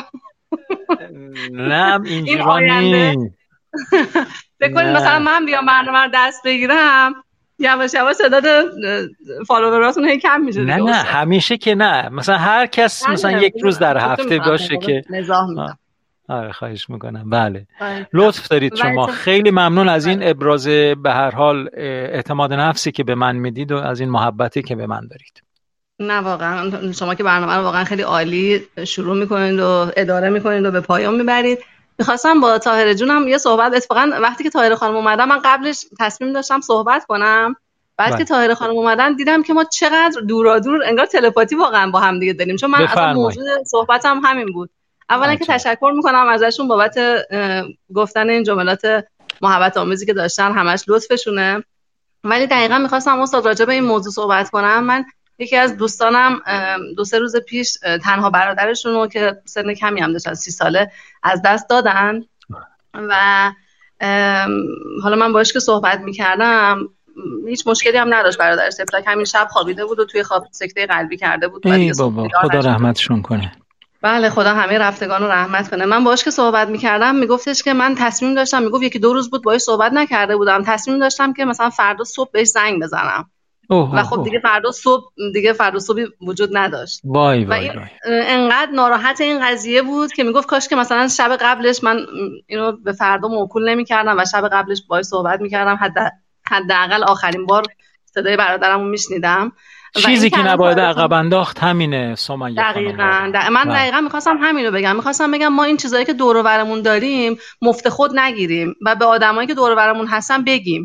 نه اینجوری نیست. بکنید مثلا من بیام برنامه رو دست بگیرم یواش یواش تعداد فالووراتون هی کم میشه. نه همیشه که نه. مثلا هر کس مثلا یک روز در هفته باشه که نزاح میدم. آره خواهش میکنم. بله لطف دارید شما. خیلی ممنون از این ابراز به هر حال اعتماد نفسی که به من میدید و از این محبتی که به من دارید. نه واقعا شما که برنامه رو واقعا خیلی عالی شروع میکنید و اداره میکنید و به پایان میبرید. میخواستم با طاهره جونم یه صحبت، اتفاقا وقتی که طاهره خانم اومدن من قبلش تصمیم داشتم صحبت کنم، بعد که طاهره خانم اومدن دیدم که ما چقدر دورادور انگار تلپاتی واقعا با هم دیگه داریم، چون من اصلا موضوع صحبتم همین بود. اولا که تشکر میکنم ازشون بابت گفتن این جملات محبت آمیزی که داشتن، همش لطفشونه. ولی دقیقاً میخواستم استاد راجع به این موضوع صحبت کنم. من یکی از دوستانم 2-3 روز پیش تنها برادرشون رو که سن کمی هم داشتن 30 ساله از دست دادن و حالا من باهاش که صحبت میکردم هیچ مشکلی هم نداشت. برادرش طفلک همین شب خوابیده بود و توی خواب سکته قلبی کرده بود. ای بابا خدا رحمتشون کنه. بله خدا همه رفتگان رو رحمت کنه. من باهاش که صحبت میکردم میگفتش که من تصمیم داشتم، میگفت 1-2 روز بود باهاش صحبت نکرده بودم، تصمیم داشتم که مثلا فردا صبح بهش زنگ بزنم و خب دیگه فردا صبحی وجود نداشت. وای انقدر ناراحت این قضیه بود که میگفت کاش که مثلا شب قبلش من اینو به فردا موکول نمی‌کردم و شب قبلش باهاش صحبت می‌کردم، حداقل آخرین بار صدای برادرمو میشنیدم. چیزی که نباید عقب انداخت همینه سمیه. دقیقاً من دقیقاً می‌خواستم همین رو بگم. می‌خواستم بگم ما این چیزایی که دور و برمون داریم مفت خود نگیریم و به آدمایی که دور و برمون هستن بگیم.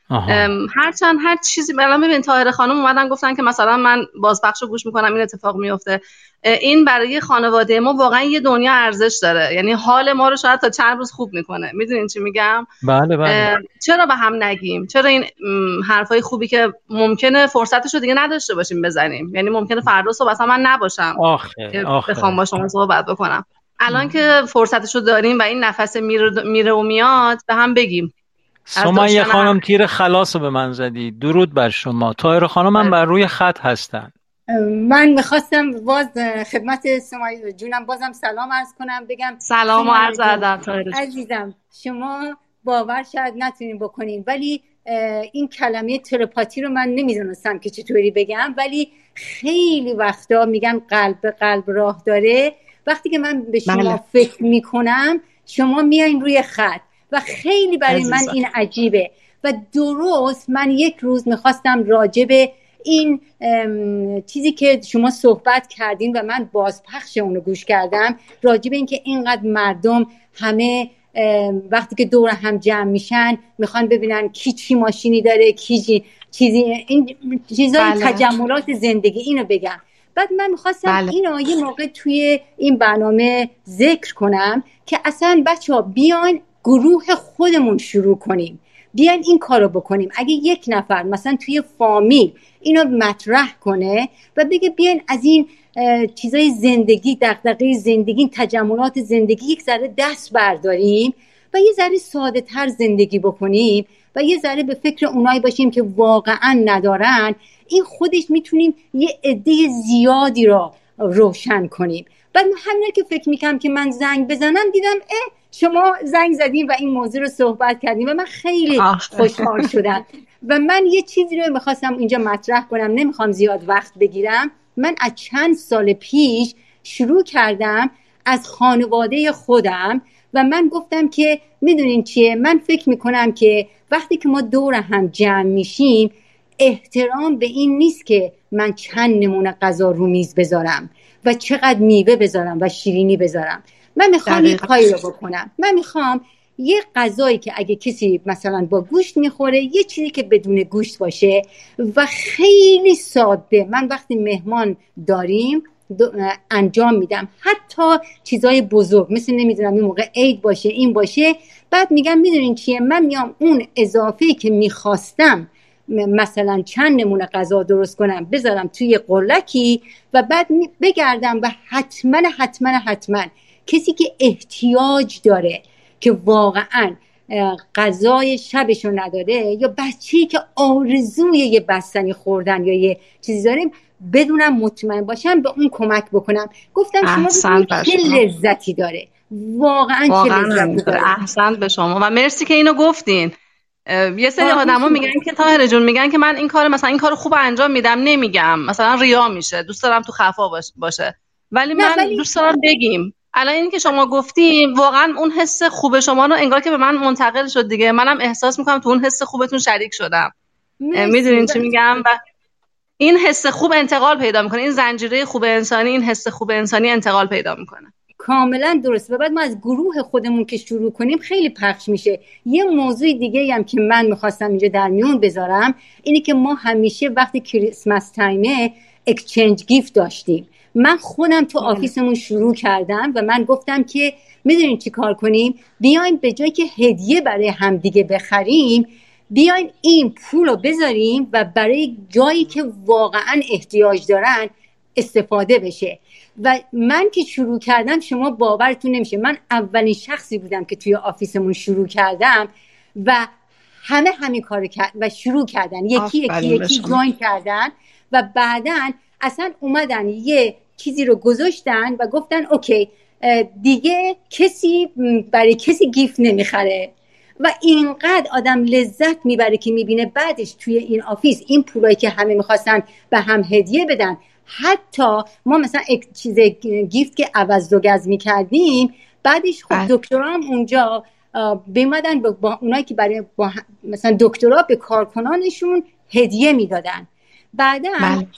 هر چیزی. الان ببین طاهره خانم اومدن گفتن که مثلا من بازپخش رو گوش میکنم این اتفاق میفته. این برای خانواده ما واقعا یه دنیا ارزش داره، یعنی حال ما رو شاید تا چند روز خوب میکنه. میدونین چی میگم؟ بله. چرا به هم نگیم؟ چرا این حرفای خوبی که ممکنه فرصتش رو دیگه نداشته باشیم بزنیم؟ یعنی ممکنه فردا صبح اصلا من نباشم که بخوام با شما صحبت بکنم. الان که فرصتش رو داریم و این نفس میره و میاد به هم بگیم. سمیه خانم تیر خلاص رو به من زدی. درود بر شما. طاهره خانم هم بر روی خط هستن. من میخواستم باز خدمت سمیه جونم بازم سلام عرض کنم، بگم سلام و عرض ادب. عزیزم شما باور شاید نتونین بکنین ولی این کلمه تلپاتی رو من نمیدونستم که چطوری بگم، ولی خیلی وقتا میگن قلب به قلب راه داره. وقتی که من به شما فکر میکنم شما میاین روی خط و خیلی برای من این عجیبه. و درست من یک روز میخواستم راجع به این چیزی که شما صحبت کردین و من بازپخش اونو گوش کردم، راجع به این که اینقدر مردم همه وقتی که دور هم جمع میشن میخوان ببینن کی چی ماشینی داره، کی چیزی، این چیزای تجملات زندگی. اینو بگم. بعد من میخواستم اینو یه موقع توی این برنامه ذکر کنم که اصلا بچه‌ها بیان گروه خودمون شروع کنیم، بیان این کارو بکنیم. اگه یک نفر مثلا توی فامیل اینو مطرح کنه و بگه بیان از این چیزای زندگی، دغدغه زندگی، تجملات زندگی یک ذره دست برداریم و یه ذره ساده تر زندگی بکنیم و یه ذره به فکر اونایی باشیم که واقعا ندارن، این خودش میتونیم یه عده زیادی را روشن کنیم. بعد همین که فکر میکنم که من زنگ بزنم دیدم شما زنگ زدیم و این موضوع رو صحبت کردیم و من خیلی خوشحال شدم. و من یه چیزی رو میخواستم اینجا مطرح کنم، نمیخوام زیاد وقت بگیرم. من از چند سال پیش شروع کردم از خانواده خودم و من گفتم که میدونین چیه، من فکر میکنم که وقتی که ما دور هم جمع میشیم احترام به این نیست که من چند نمونه غذا رو میز بذارم و چقدر میوه بذارم و شیرینی بذارم. من میخوام یک کاری رو بکنم، من میخوام یه غذایی که اگه کسی مثلا با گوشت میخوره یه چیزی که بدون گوشت باشه و خیلی ساده. من وقتی مهمان داریم انجام میدم، حتی چیزای بزرگ مثل نمیدونم این موقع عید باشه این باشه، بعد میگم میدونین چیه، من میام اون اضافه‌ای که میخواستم مثلا چند نمونه غذا درست کنم بذارم توی قلکی و بعد بگردم و حتما کسی که احتیاج داره که واقعا غذای شبشو نداره یا بچه‌ای که آرزوی یه بستنی خوردن یا یه چیزی داریم بدونم مطمئن باشم به اون کمک بکنم. گفتم شما چه لذتی داره، واقعا چه لذتی داره. احسنت به شما و مرسی که اینو گفتین. یه سری آدما میگن که طاهره جون میگن که من این کار خوب انجام میدم، نمیگم مثلا ریا میشه، دوست دارم تو خفا باشه، ولی من دوست دارم بگیم. الان این که شما گفتیم واقعا اون حس خوب شما رو انگار که به من منتقل شد دیگه، منم احساس میکنم تو اون حس خوبتون شریک شدم. میدونین چی میگم؟ و این حس خوب انتقال پیدا میکنه، این زنجیره خوب انسانی، این حس خوب انسانی انتقال پیدا میکنه. کاملا درست. و بعد ما از گروه خودمون که شروع کنیم خیلی پخش میشه. یه موضوع دیگه هم که من میخواستم اینجا در میون بذارم اینه که ما همیشه وقتی کریسمس تایمه اکسچنج گیفت داشتیم. من خودم تو آفیسمون شروع کردم و من گفتم که میدونین چی کار کنیم، بیاین به جای که هدیه برای همدیگه بخریم بیاین این پول رو بذاریم و برای جایی که واقعا احتیاج دارن استفاده بشه. و من که شروع کردم شما باورتون نمیشه، من اولین شخصی بودم که توی آفیسمون شروع کردم و همه همین کارو کرد و شروع کردن یکی جوین کردن و بعدن اصلا اومدن یه چیزی رو گذاشتن و گفتن اوکی دیگه کسی برای کسی گیفت نمیخره و اینقدر آدم لذت میبره که میبینه بعدش توی این آفیس این پولایی که همه میخواستن به هم هدیه بدن، حتی ما مثلا یک چیز گیفت که عوض و گز میکردیم بعدش خب دکترام اونجا بیمدن با اونایی که برای مثلا دکترا به کارکنانشون هدیه میدادن. بعدا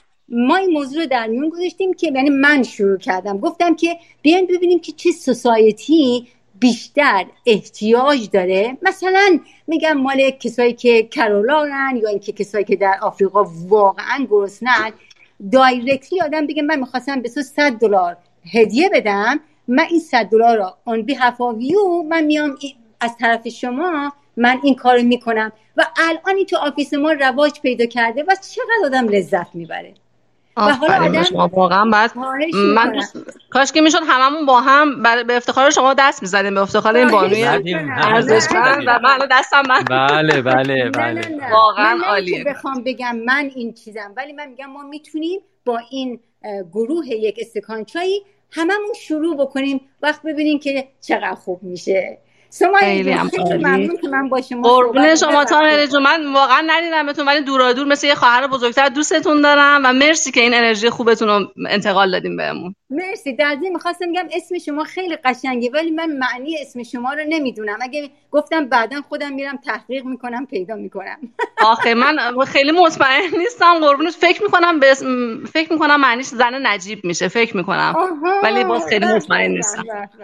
ما این موضوع رو در میون گذاشتیم که یعنی من شروع کردم گفتم که بیاین ببینیم که چه سوسایتی بیشتر احتیاج داره. مثلا میگم مال کسایی که کرولانن یا اینکه کسایی که در آفریقا واقعا گرسنه‌اند، دایرکتلی آدم بگه من می‌خواستم به تو $100 هدیه بدم، من این $100 رو on behalf of you من میام از طرف شما من این کارو میکنم و الان تو آفیس ما رواج پیدا کرده و چقدر آدم لذت میبره. و حالا آدم شما واقعا بعد من کاش که میشد هممون با هم به افتخار شما دست میزدیم، به افتخار این بانوی ارزشمند و من دستم من بله واقعا عالیه. بخوام بگم من این چیزم، ولی من میگم ما میتونیم با این گروه یک استکان چایی هممون شروع بکنیم وقت ببینیم که چقدر خوب میشه. خیلی ممنون که من با شما قربون شما طاهره جون، من واقعا ندیدمتون ولی دورادور مثل یه خواهر بزرگتر دوستتون دارم و مرسی که این انرژی خوبتون رو انتقال دادیم بهمون. مرسی. در ضمن می‌خواستم بگم اسم شما خیلی قشنگه ولی من معنی اسم شما رو نمیدونم، اگه گفتم بعداً خودم میرم تحقیق میکنم پیدا میکنم. آخه من خیلی مطمئن نیستم قربونت، فکر میکنم معنیش زن نجیب میشه فکر میکنم ولی باز خیلی مطمئن نیستم.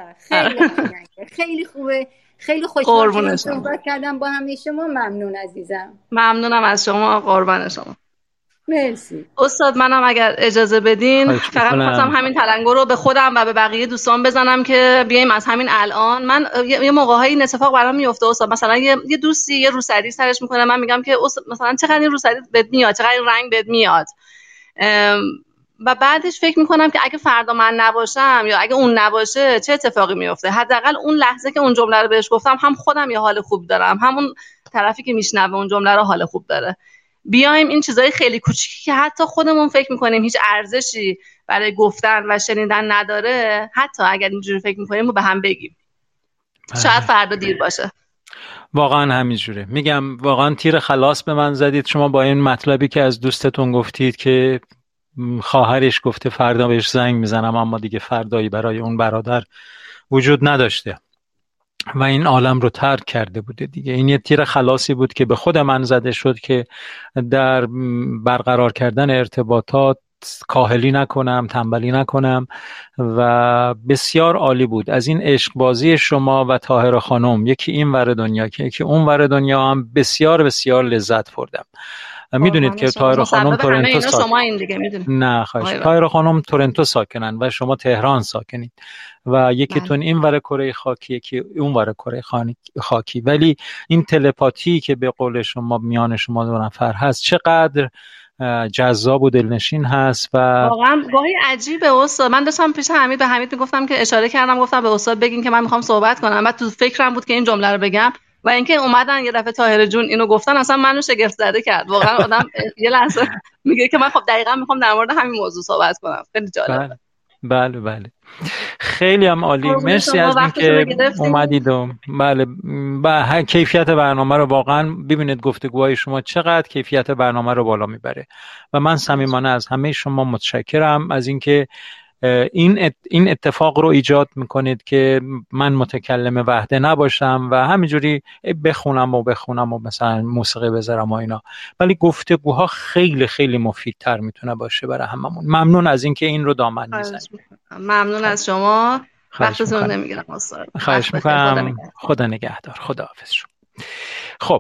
خیلی خوبه، خیلی خوشحالم صحبت کردم با همه شما. ممنون عزیزم. ممنونم از شما، قربان شما. مرسی استاد. منم اگر اجازه بدین فقط می‌خواستم همین تلنگر رو به خودم و به بقیه دوستان بزنم که بیایم از همین الان. من یه موقع‌هایی این اتفاق برام میفته استاد، مثلا یه دوستی یه روسری سرش میکنه، من میگم که مثلا چقدر این روسری بهت میاد، چقدر این رنگ بهت میاد، و بعدش فکر میکنم که اگه فردا من نباشم یا اگه اون نباشه چه اتفاقی میفته. حداقل اون لحظه که اون جمله رو بهش گفتم هم خودم یه حال خوب دارم، همون طرفی که میشنوه اون جمله رو حال خوب داره. بیایم این چیزای خیلی کوچیکی که حتی خودمون فکر میکنیم هیچ ارزشی برای گفتن و شنیدن نداره، حتی اگر اینجوری فکر میکنیم رو به هم بگیم. شاید فردا دیر باشه. واقعا همینجوره. میگم واقعا تیر خلاص به من زدید شما با این مطلبی که از دوستتون گفتید که خواهرش گفته فردا بهش زنگ میزنم، اما دیگه فردایی برای اون برادر وجود نداشته و این عالم رو ترک کرده بوده دیگه. این یه تیر خلاصی بود که به خود من زده شد که در برقرار کردن ارتباطات کاهلی نکنم، تنبلی نکنم و بسیار عالی بود. از این عشق بازی شما و طاهره خانم، یکی این ور دنیا که یکی اون ور دنیا، هم بسیار بسیار لذت بردم. میدونید که طاهره خانم تورنتو نه خواهش، طاهره خانم تورنتو ساکنن و شما تهران ساکنید و یکیتون این ور کره خاکی، یکی اون ور کره خاکی، ولی این تلپاتی که به قول شما میان شما دو نفر هست چقدر جذاب و دلنشین هست و واقعا گاهی عجیبه. استاد من داشتم پیش حمید به حمید میگفتم که اشاره کردم، گفتم به استاد بگین که من میخوام صحبت کنم، بعد تو فکرم بود که این جمله رو بگم و اینکه اومدن یه دفعه طاهره جون اینو گفتن اصلا منو شگفت زده کرد. واقعا آدم یه لحظه میگه که من خب دقیقاً میخوام در مورد همین موضوع صحبت کنم. خیلی جالبه. بله خیلی هم عالی. مرسی از اینکه اومدید و بله کیفیت برنامه رو واقعا ببینید، گفتگوهای شما چقدر کیفیت برنامه رو بالا میبره و من صمیمانه از همه شما متشکرم از اینکه این اتفاق رو ایجاد میکنید که من متکلم وحده نباشم و همینجوری بخونم و مثلا موسیقی بذارم و اینا، ولی گفتگوها خیلی خیلی مفیدتر میتونه باشه برای هممون. ممنون از اینکه این رو دامن میزنید. ممنون از شما. وقتتون نمیگیرم استاد. خواهش میکنم. خدا نگهدار. خداحافظ شما. خب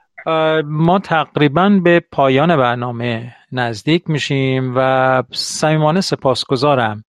ما تقریبا به پایان برنامه نزدیک میشیم و صمیمانه سپاسگزارم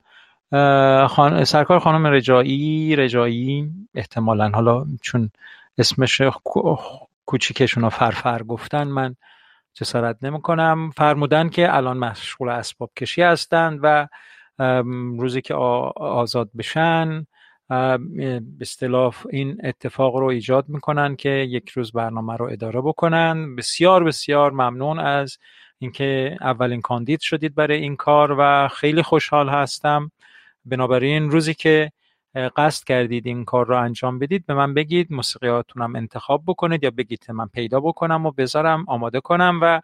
سرکار خانم رجایی احتمالاً، حالا چون اسمش کوچیکشون رو فرفر گفتن من جسارت نمی کنم، فرمودن که الان مشغول اسباب کشی هستند و روزی که آزاد بشن به اصطلاح این اتفاق رو ایجاد میکنن که یک روز برنامه رو اداره بکنن. بسیار بسیار ممنون از اینکه اولین کاندید شدید برای این کار و خیلی خوشحال هستم. بنابراین روزی که قصد کردید این کار رو انجام بدید به من بگید، موسیقیاتونم انتخاب بکنید یا بگید من پیدا بکنم و بذارم آماده کنم و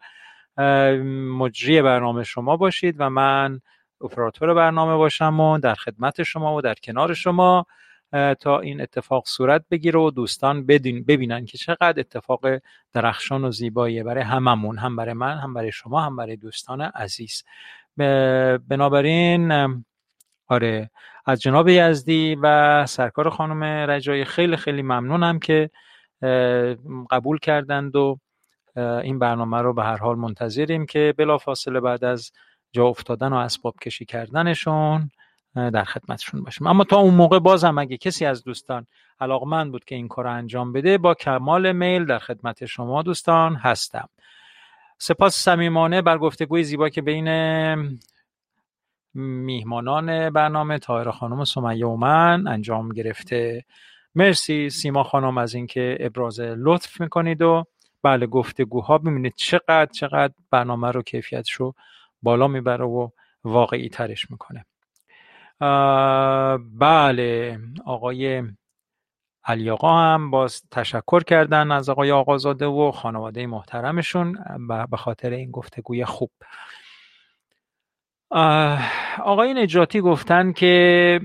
مجری برنامه شما باشید و من اپراتور برنامه باشم و در خدمت شما و در کنار شما تا این اتفاق صورت بگیره و دوستان ببینن که چقدر اتفاق درخشان و زیباییه برای هممون، هم برای من، هم برای شما، هم برای دوستان عزیز. بنابراین آره، از جناب یزدی و سرکار خانم رجایی خیلی خیلی ممنونم که قبول کردند و این برنامه رو به هر حال منتظریم که بلافاصله بعد از جا افتادن و اسباب کشی کردنشون در خدمتشون باشیم. اما تا اون موقع بازم اگه کسی از دوستان علاقمند بود که این کار رو انجام بده، با کمال میل در خدمت شما دوستان هستم. سپاس صمیمانه بر گفتگوی زیبا که بین میهمانان برنامه طاهره خانم و سمیه و من انجام گرفته. مرسی سیما خانم از اینکه ابراز لطف میکنید و بله گفتگوها ببینید چقدر برنامه رو کیفیتش رو بالا میبره و واقعی ترش میکنه. بله آقای علی آقا هم باز تشکر کردن از آقای آقازاده و خانواده محترمشون به خاطر این گفتگوی خوب. آقای نجاتی گفتن که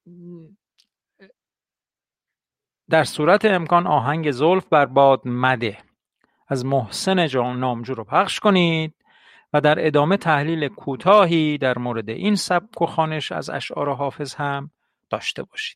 در صورت امکان آهنگ زلف بر باد مده از محسن جان نامجو رو پخش کنید و در ادامه تحلیل کوتاهی در مورد این سبک و خوانش از اشعار حافظ هم داشته باشید.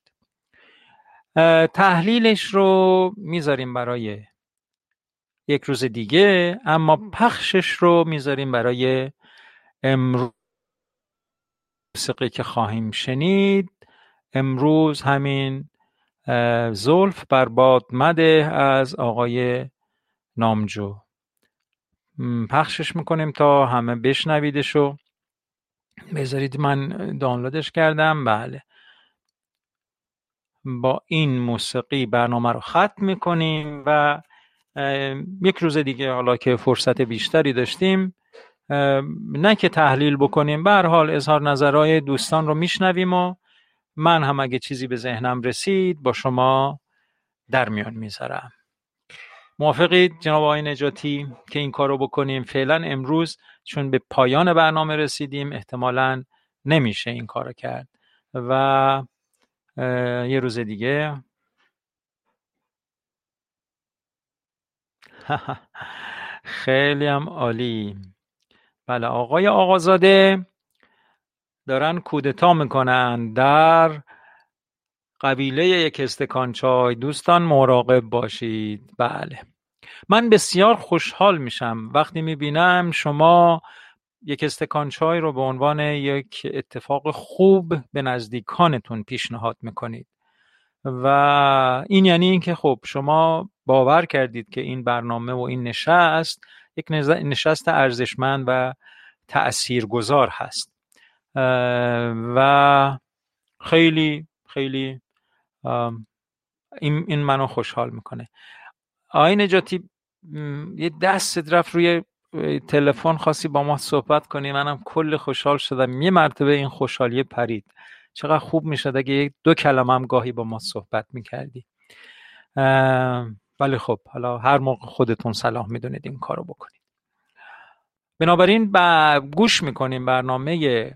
تحلیلش رو میذاریم برای یک روز دیگه، اما پخشش رو میذاریم برای امروز. موسیقی که خواهیم شنید امروز همین زلف بر باد مده از آقای نامجو پخشش میکنیم تا همه بشنویدشو. بذارید من دانلودش کردم. بله با این موسیقی برنامه رو ختم میکنیم و یک روز دیگه حالا که فرصت بیشتری داشتیم، نه که تحلیل بکنیم، به هر حال اظهار نظرهای دوستان رو میشنویم و من هم اگه چیزی به ذهنم رسید با شما در میان میذارم. موافقید جناب آقای نجاتی که این کارو بکنیم؟ فعلا امروز چون به پایان برنامه رسیدیم احتمالاً نمیشه این کارو کرد و یه روز دیگه خیلی هم عالی. بله، آقای آقازاده دارن کودتا میکنن در قبیله یک استکان چای، دوستان مراقب باشید. بله، من بسیار خوشحال میشم وقتی میبینم شما یک استکان چای رو به عنوان یک اتفاق خوب به نزدیکانتون پیشنهاد میکنید و این یعنی این که خب شما باور کردید که این برنامه و این نشست یک نشست ارزشمند و تأثیرگذار هست و خیلی خیلی این منو خوشحال میکنه. آقای نجاتی یه دستت رفت روی تلفن، خواستی با ما صحبت کنی، منم کل خوشحال شدم. یه مرتبه این خوشحالی پرید. چقدر خوب میشد اگه 2 کلمه هم گاهی با ما صحبت میکردی. ولی خب حالا هر موقع خودتون صلاح میدونید این کارو بکنید. بنابراین گوش میکنیم برنامه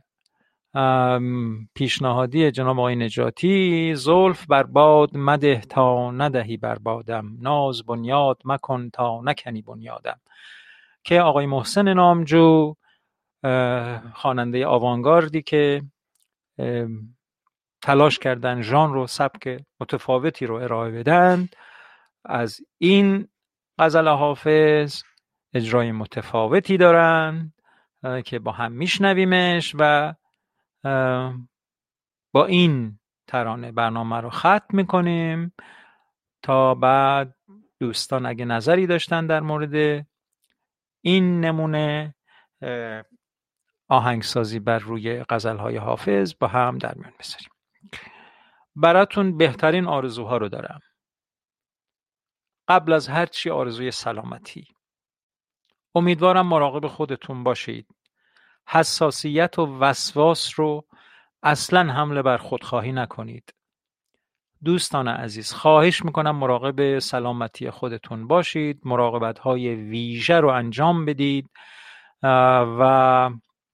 پیشنهادی جناب آقای نجاتی، زلف بر باد مده تا ندهی بر بادم، ناز بنیاد مکن تا نکنی بنیادم، که آقای محسن نامجو خواننده آوانگاردی که تلاش کردن ژانر و سبک متفاوتی رو ارائه بدن، از این غزل حافظ اجرای متفاوتی دارن که با هم میشنویمش و با این ترانه برنامه رو ختم میکنیم تا بعد دوستان اگه نظری داشتن در مورد این نمونه آهنگسازی بر روی غزلهای حافظ با هم در میان بذاریم. براتون بهترین آرزوها رو دارم. قبل از هر چی آرزوی سلامتی. امیدوارم مراقب خودتون باشید. حساسیت و وسواس رو اصلا حمله بر خودخواهی نکنید. دوستان عزیز، خواهش میکنم مراقب سلامتی خودتون باشید. مراقبت‌های ویژه رو انجام بدید و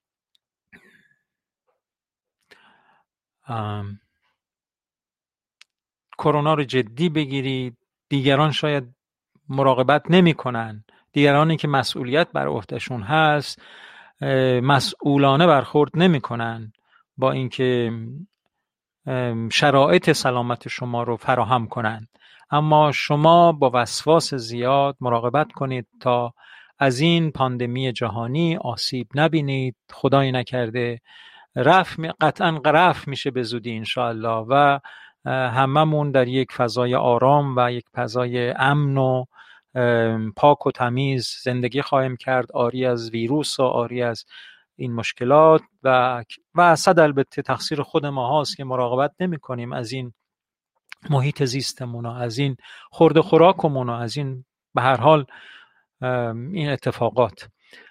کرونا رو جدی بگیرید. دیگران شاید مراقبت نمی‌کنن. دیگرانی که مسئولیت بر عهدهشون هست مسئولانه برخورد نمی‌کنن با اینکه شرایط سلامت شما رو فراهم کنند. اما شما با وسواس زیاد مراقبت کنید تا از این پاندمی جهانی آسیب نبینید. خدای نکرده قطعا رفع میشه به زودی انشاءالله و هممون در یک فضای آرام و یک فضای امن و پاک و تمیز زندگی خواهیم کرد، آری از ویروس و آری از این مشکلات و صد البته تقصیر خود ما هاست که مراقبت نمی کنیم از این محیط زیستمون و از این خورد خوراکمون و از این به هر حال این اتفاقات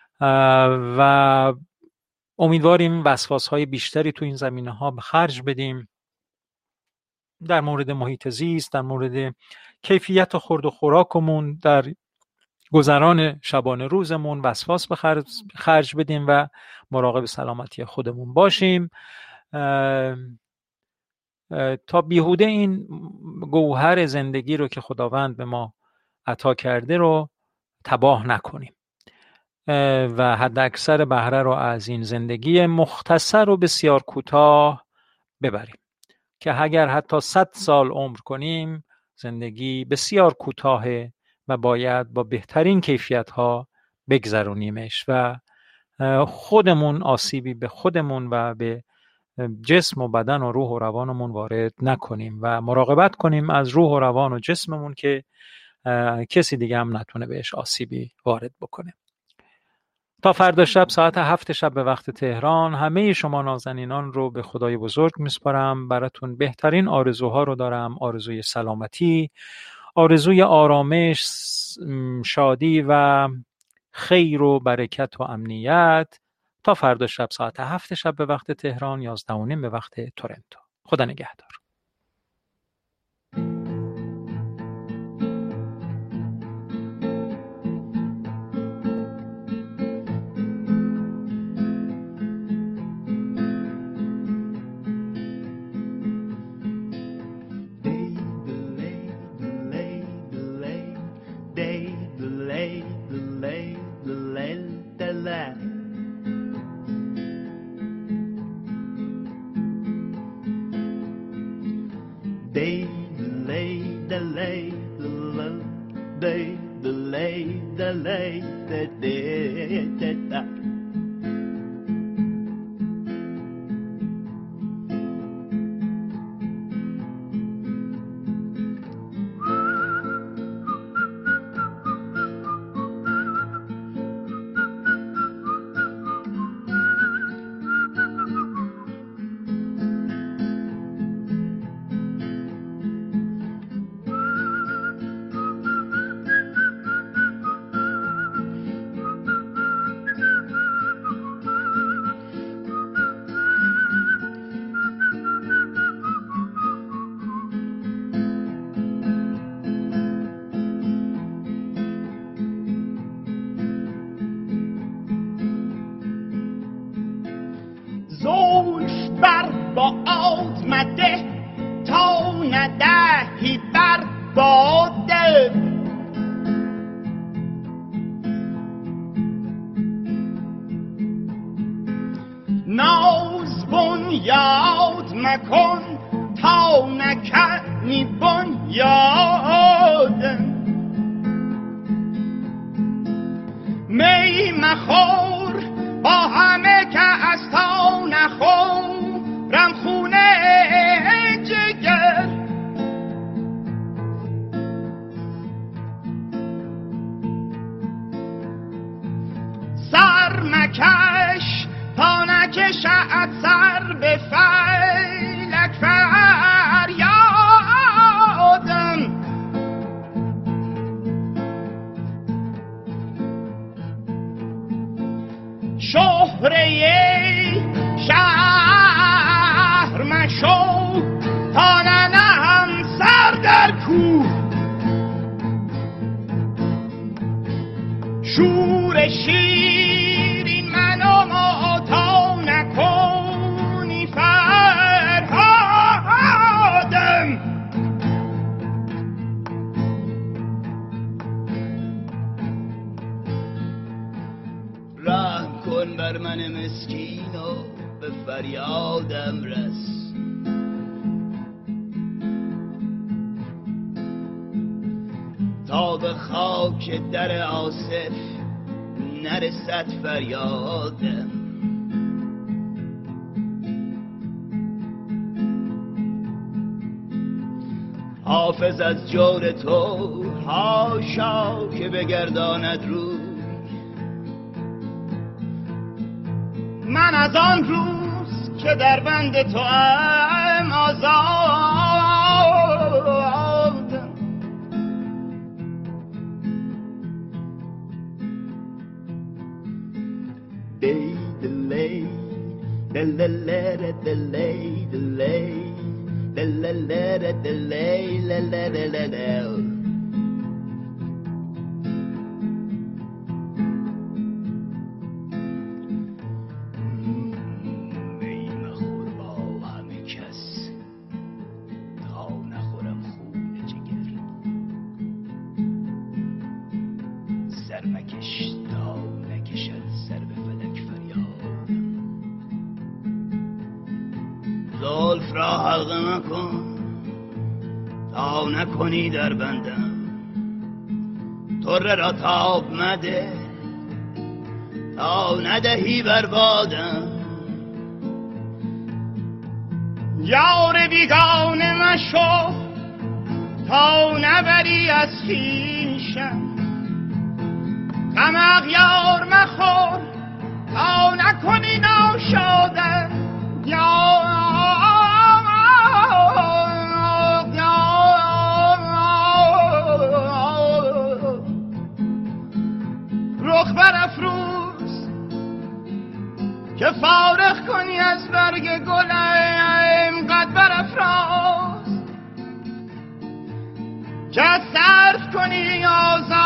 و امیدواریم وسواس های بیشتری تو این زمینه ها به خرج بدیم در مورد محیط زیست، در مورد کیفیت خورد و خوراکمون، در گذران شبانه روزمون وسواس به خرج بدیم و مراقب سلامتی خودمون باشیم تا بیهوده این گوهر زندگی رو که خداوند به ما عطا کرده رو تباه نکنیم و حد اکثر بهره رو از این زندگی مختصر و بسیار کوتاه ببریم که اگر حتی 100 سال عمر کنیم زندگی بسیار کوتاهه و باید با بهترین کیفیت ها بگذرونیمش و خودمون آسیبی به خودمون و به جسم و بدن و روح و روانمون وارد نکنیم و مراقبت کنیم از روح و روان و جسممون که کسی دیگه هم نتونه بهش آسیبی وارد بکنه. تا فردا شب ساعت 7 شب به وقت تهران همه شما نازنینان رو به خدای بزرگ میسپارم. براتون بهترین آرزوها رو دارم. آرزوی سلامتی، آرزوی آرامش، شادی و خیر و برکت و امنیت تا فردا شب ساعت 7 شب به وقت تهران، 11:30 به وقت تورنتو. خدا نگهدار. زلف بر با آزمده تا ندهی بر باده، ناز بنیاد مکن تا نکنی بنیاد، می مخور با همه که از تا نخورم خونه جگر، سر مکش تا نکشد سر به فلک فریادم، شهره شهر مشو تا ننهم سر در کوه، شور شیرین منو تا نکنی فرهادم، رحم کن بر من مسکین و به فریادم رس، تا به خاک در آصف نرسد فریادم، حافظ از جور تو حاشا که بگرداند روی، من از آن روز که در بند تو ام آزادم، دی دلی دللره دلی دلی دللره دلی لللللل زلف را حلقه مکن تا نکنی در بندم، طره را تاب مده تا ندهی بربادم، یار بیگانه مشو تا نبری از خویشم، غم اغیار مخور تا نکنی ناشادم، که فارغ کنی از برگ گلم قد برافراز که صرف کنی آزاد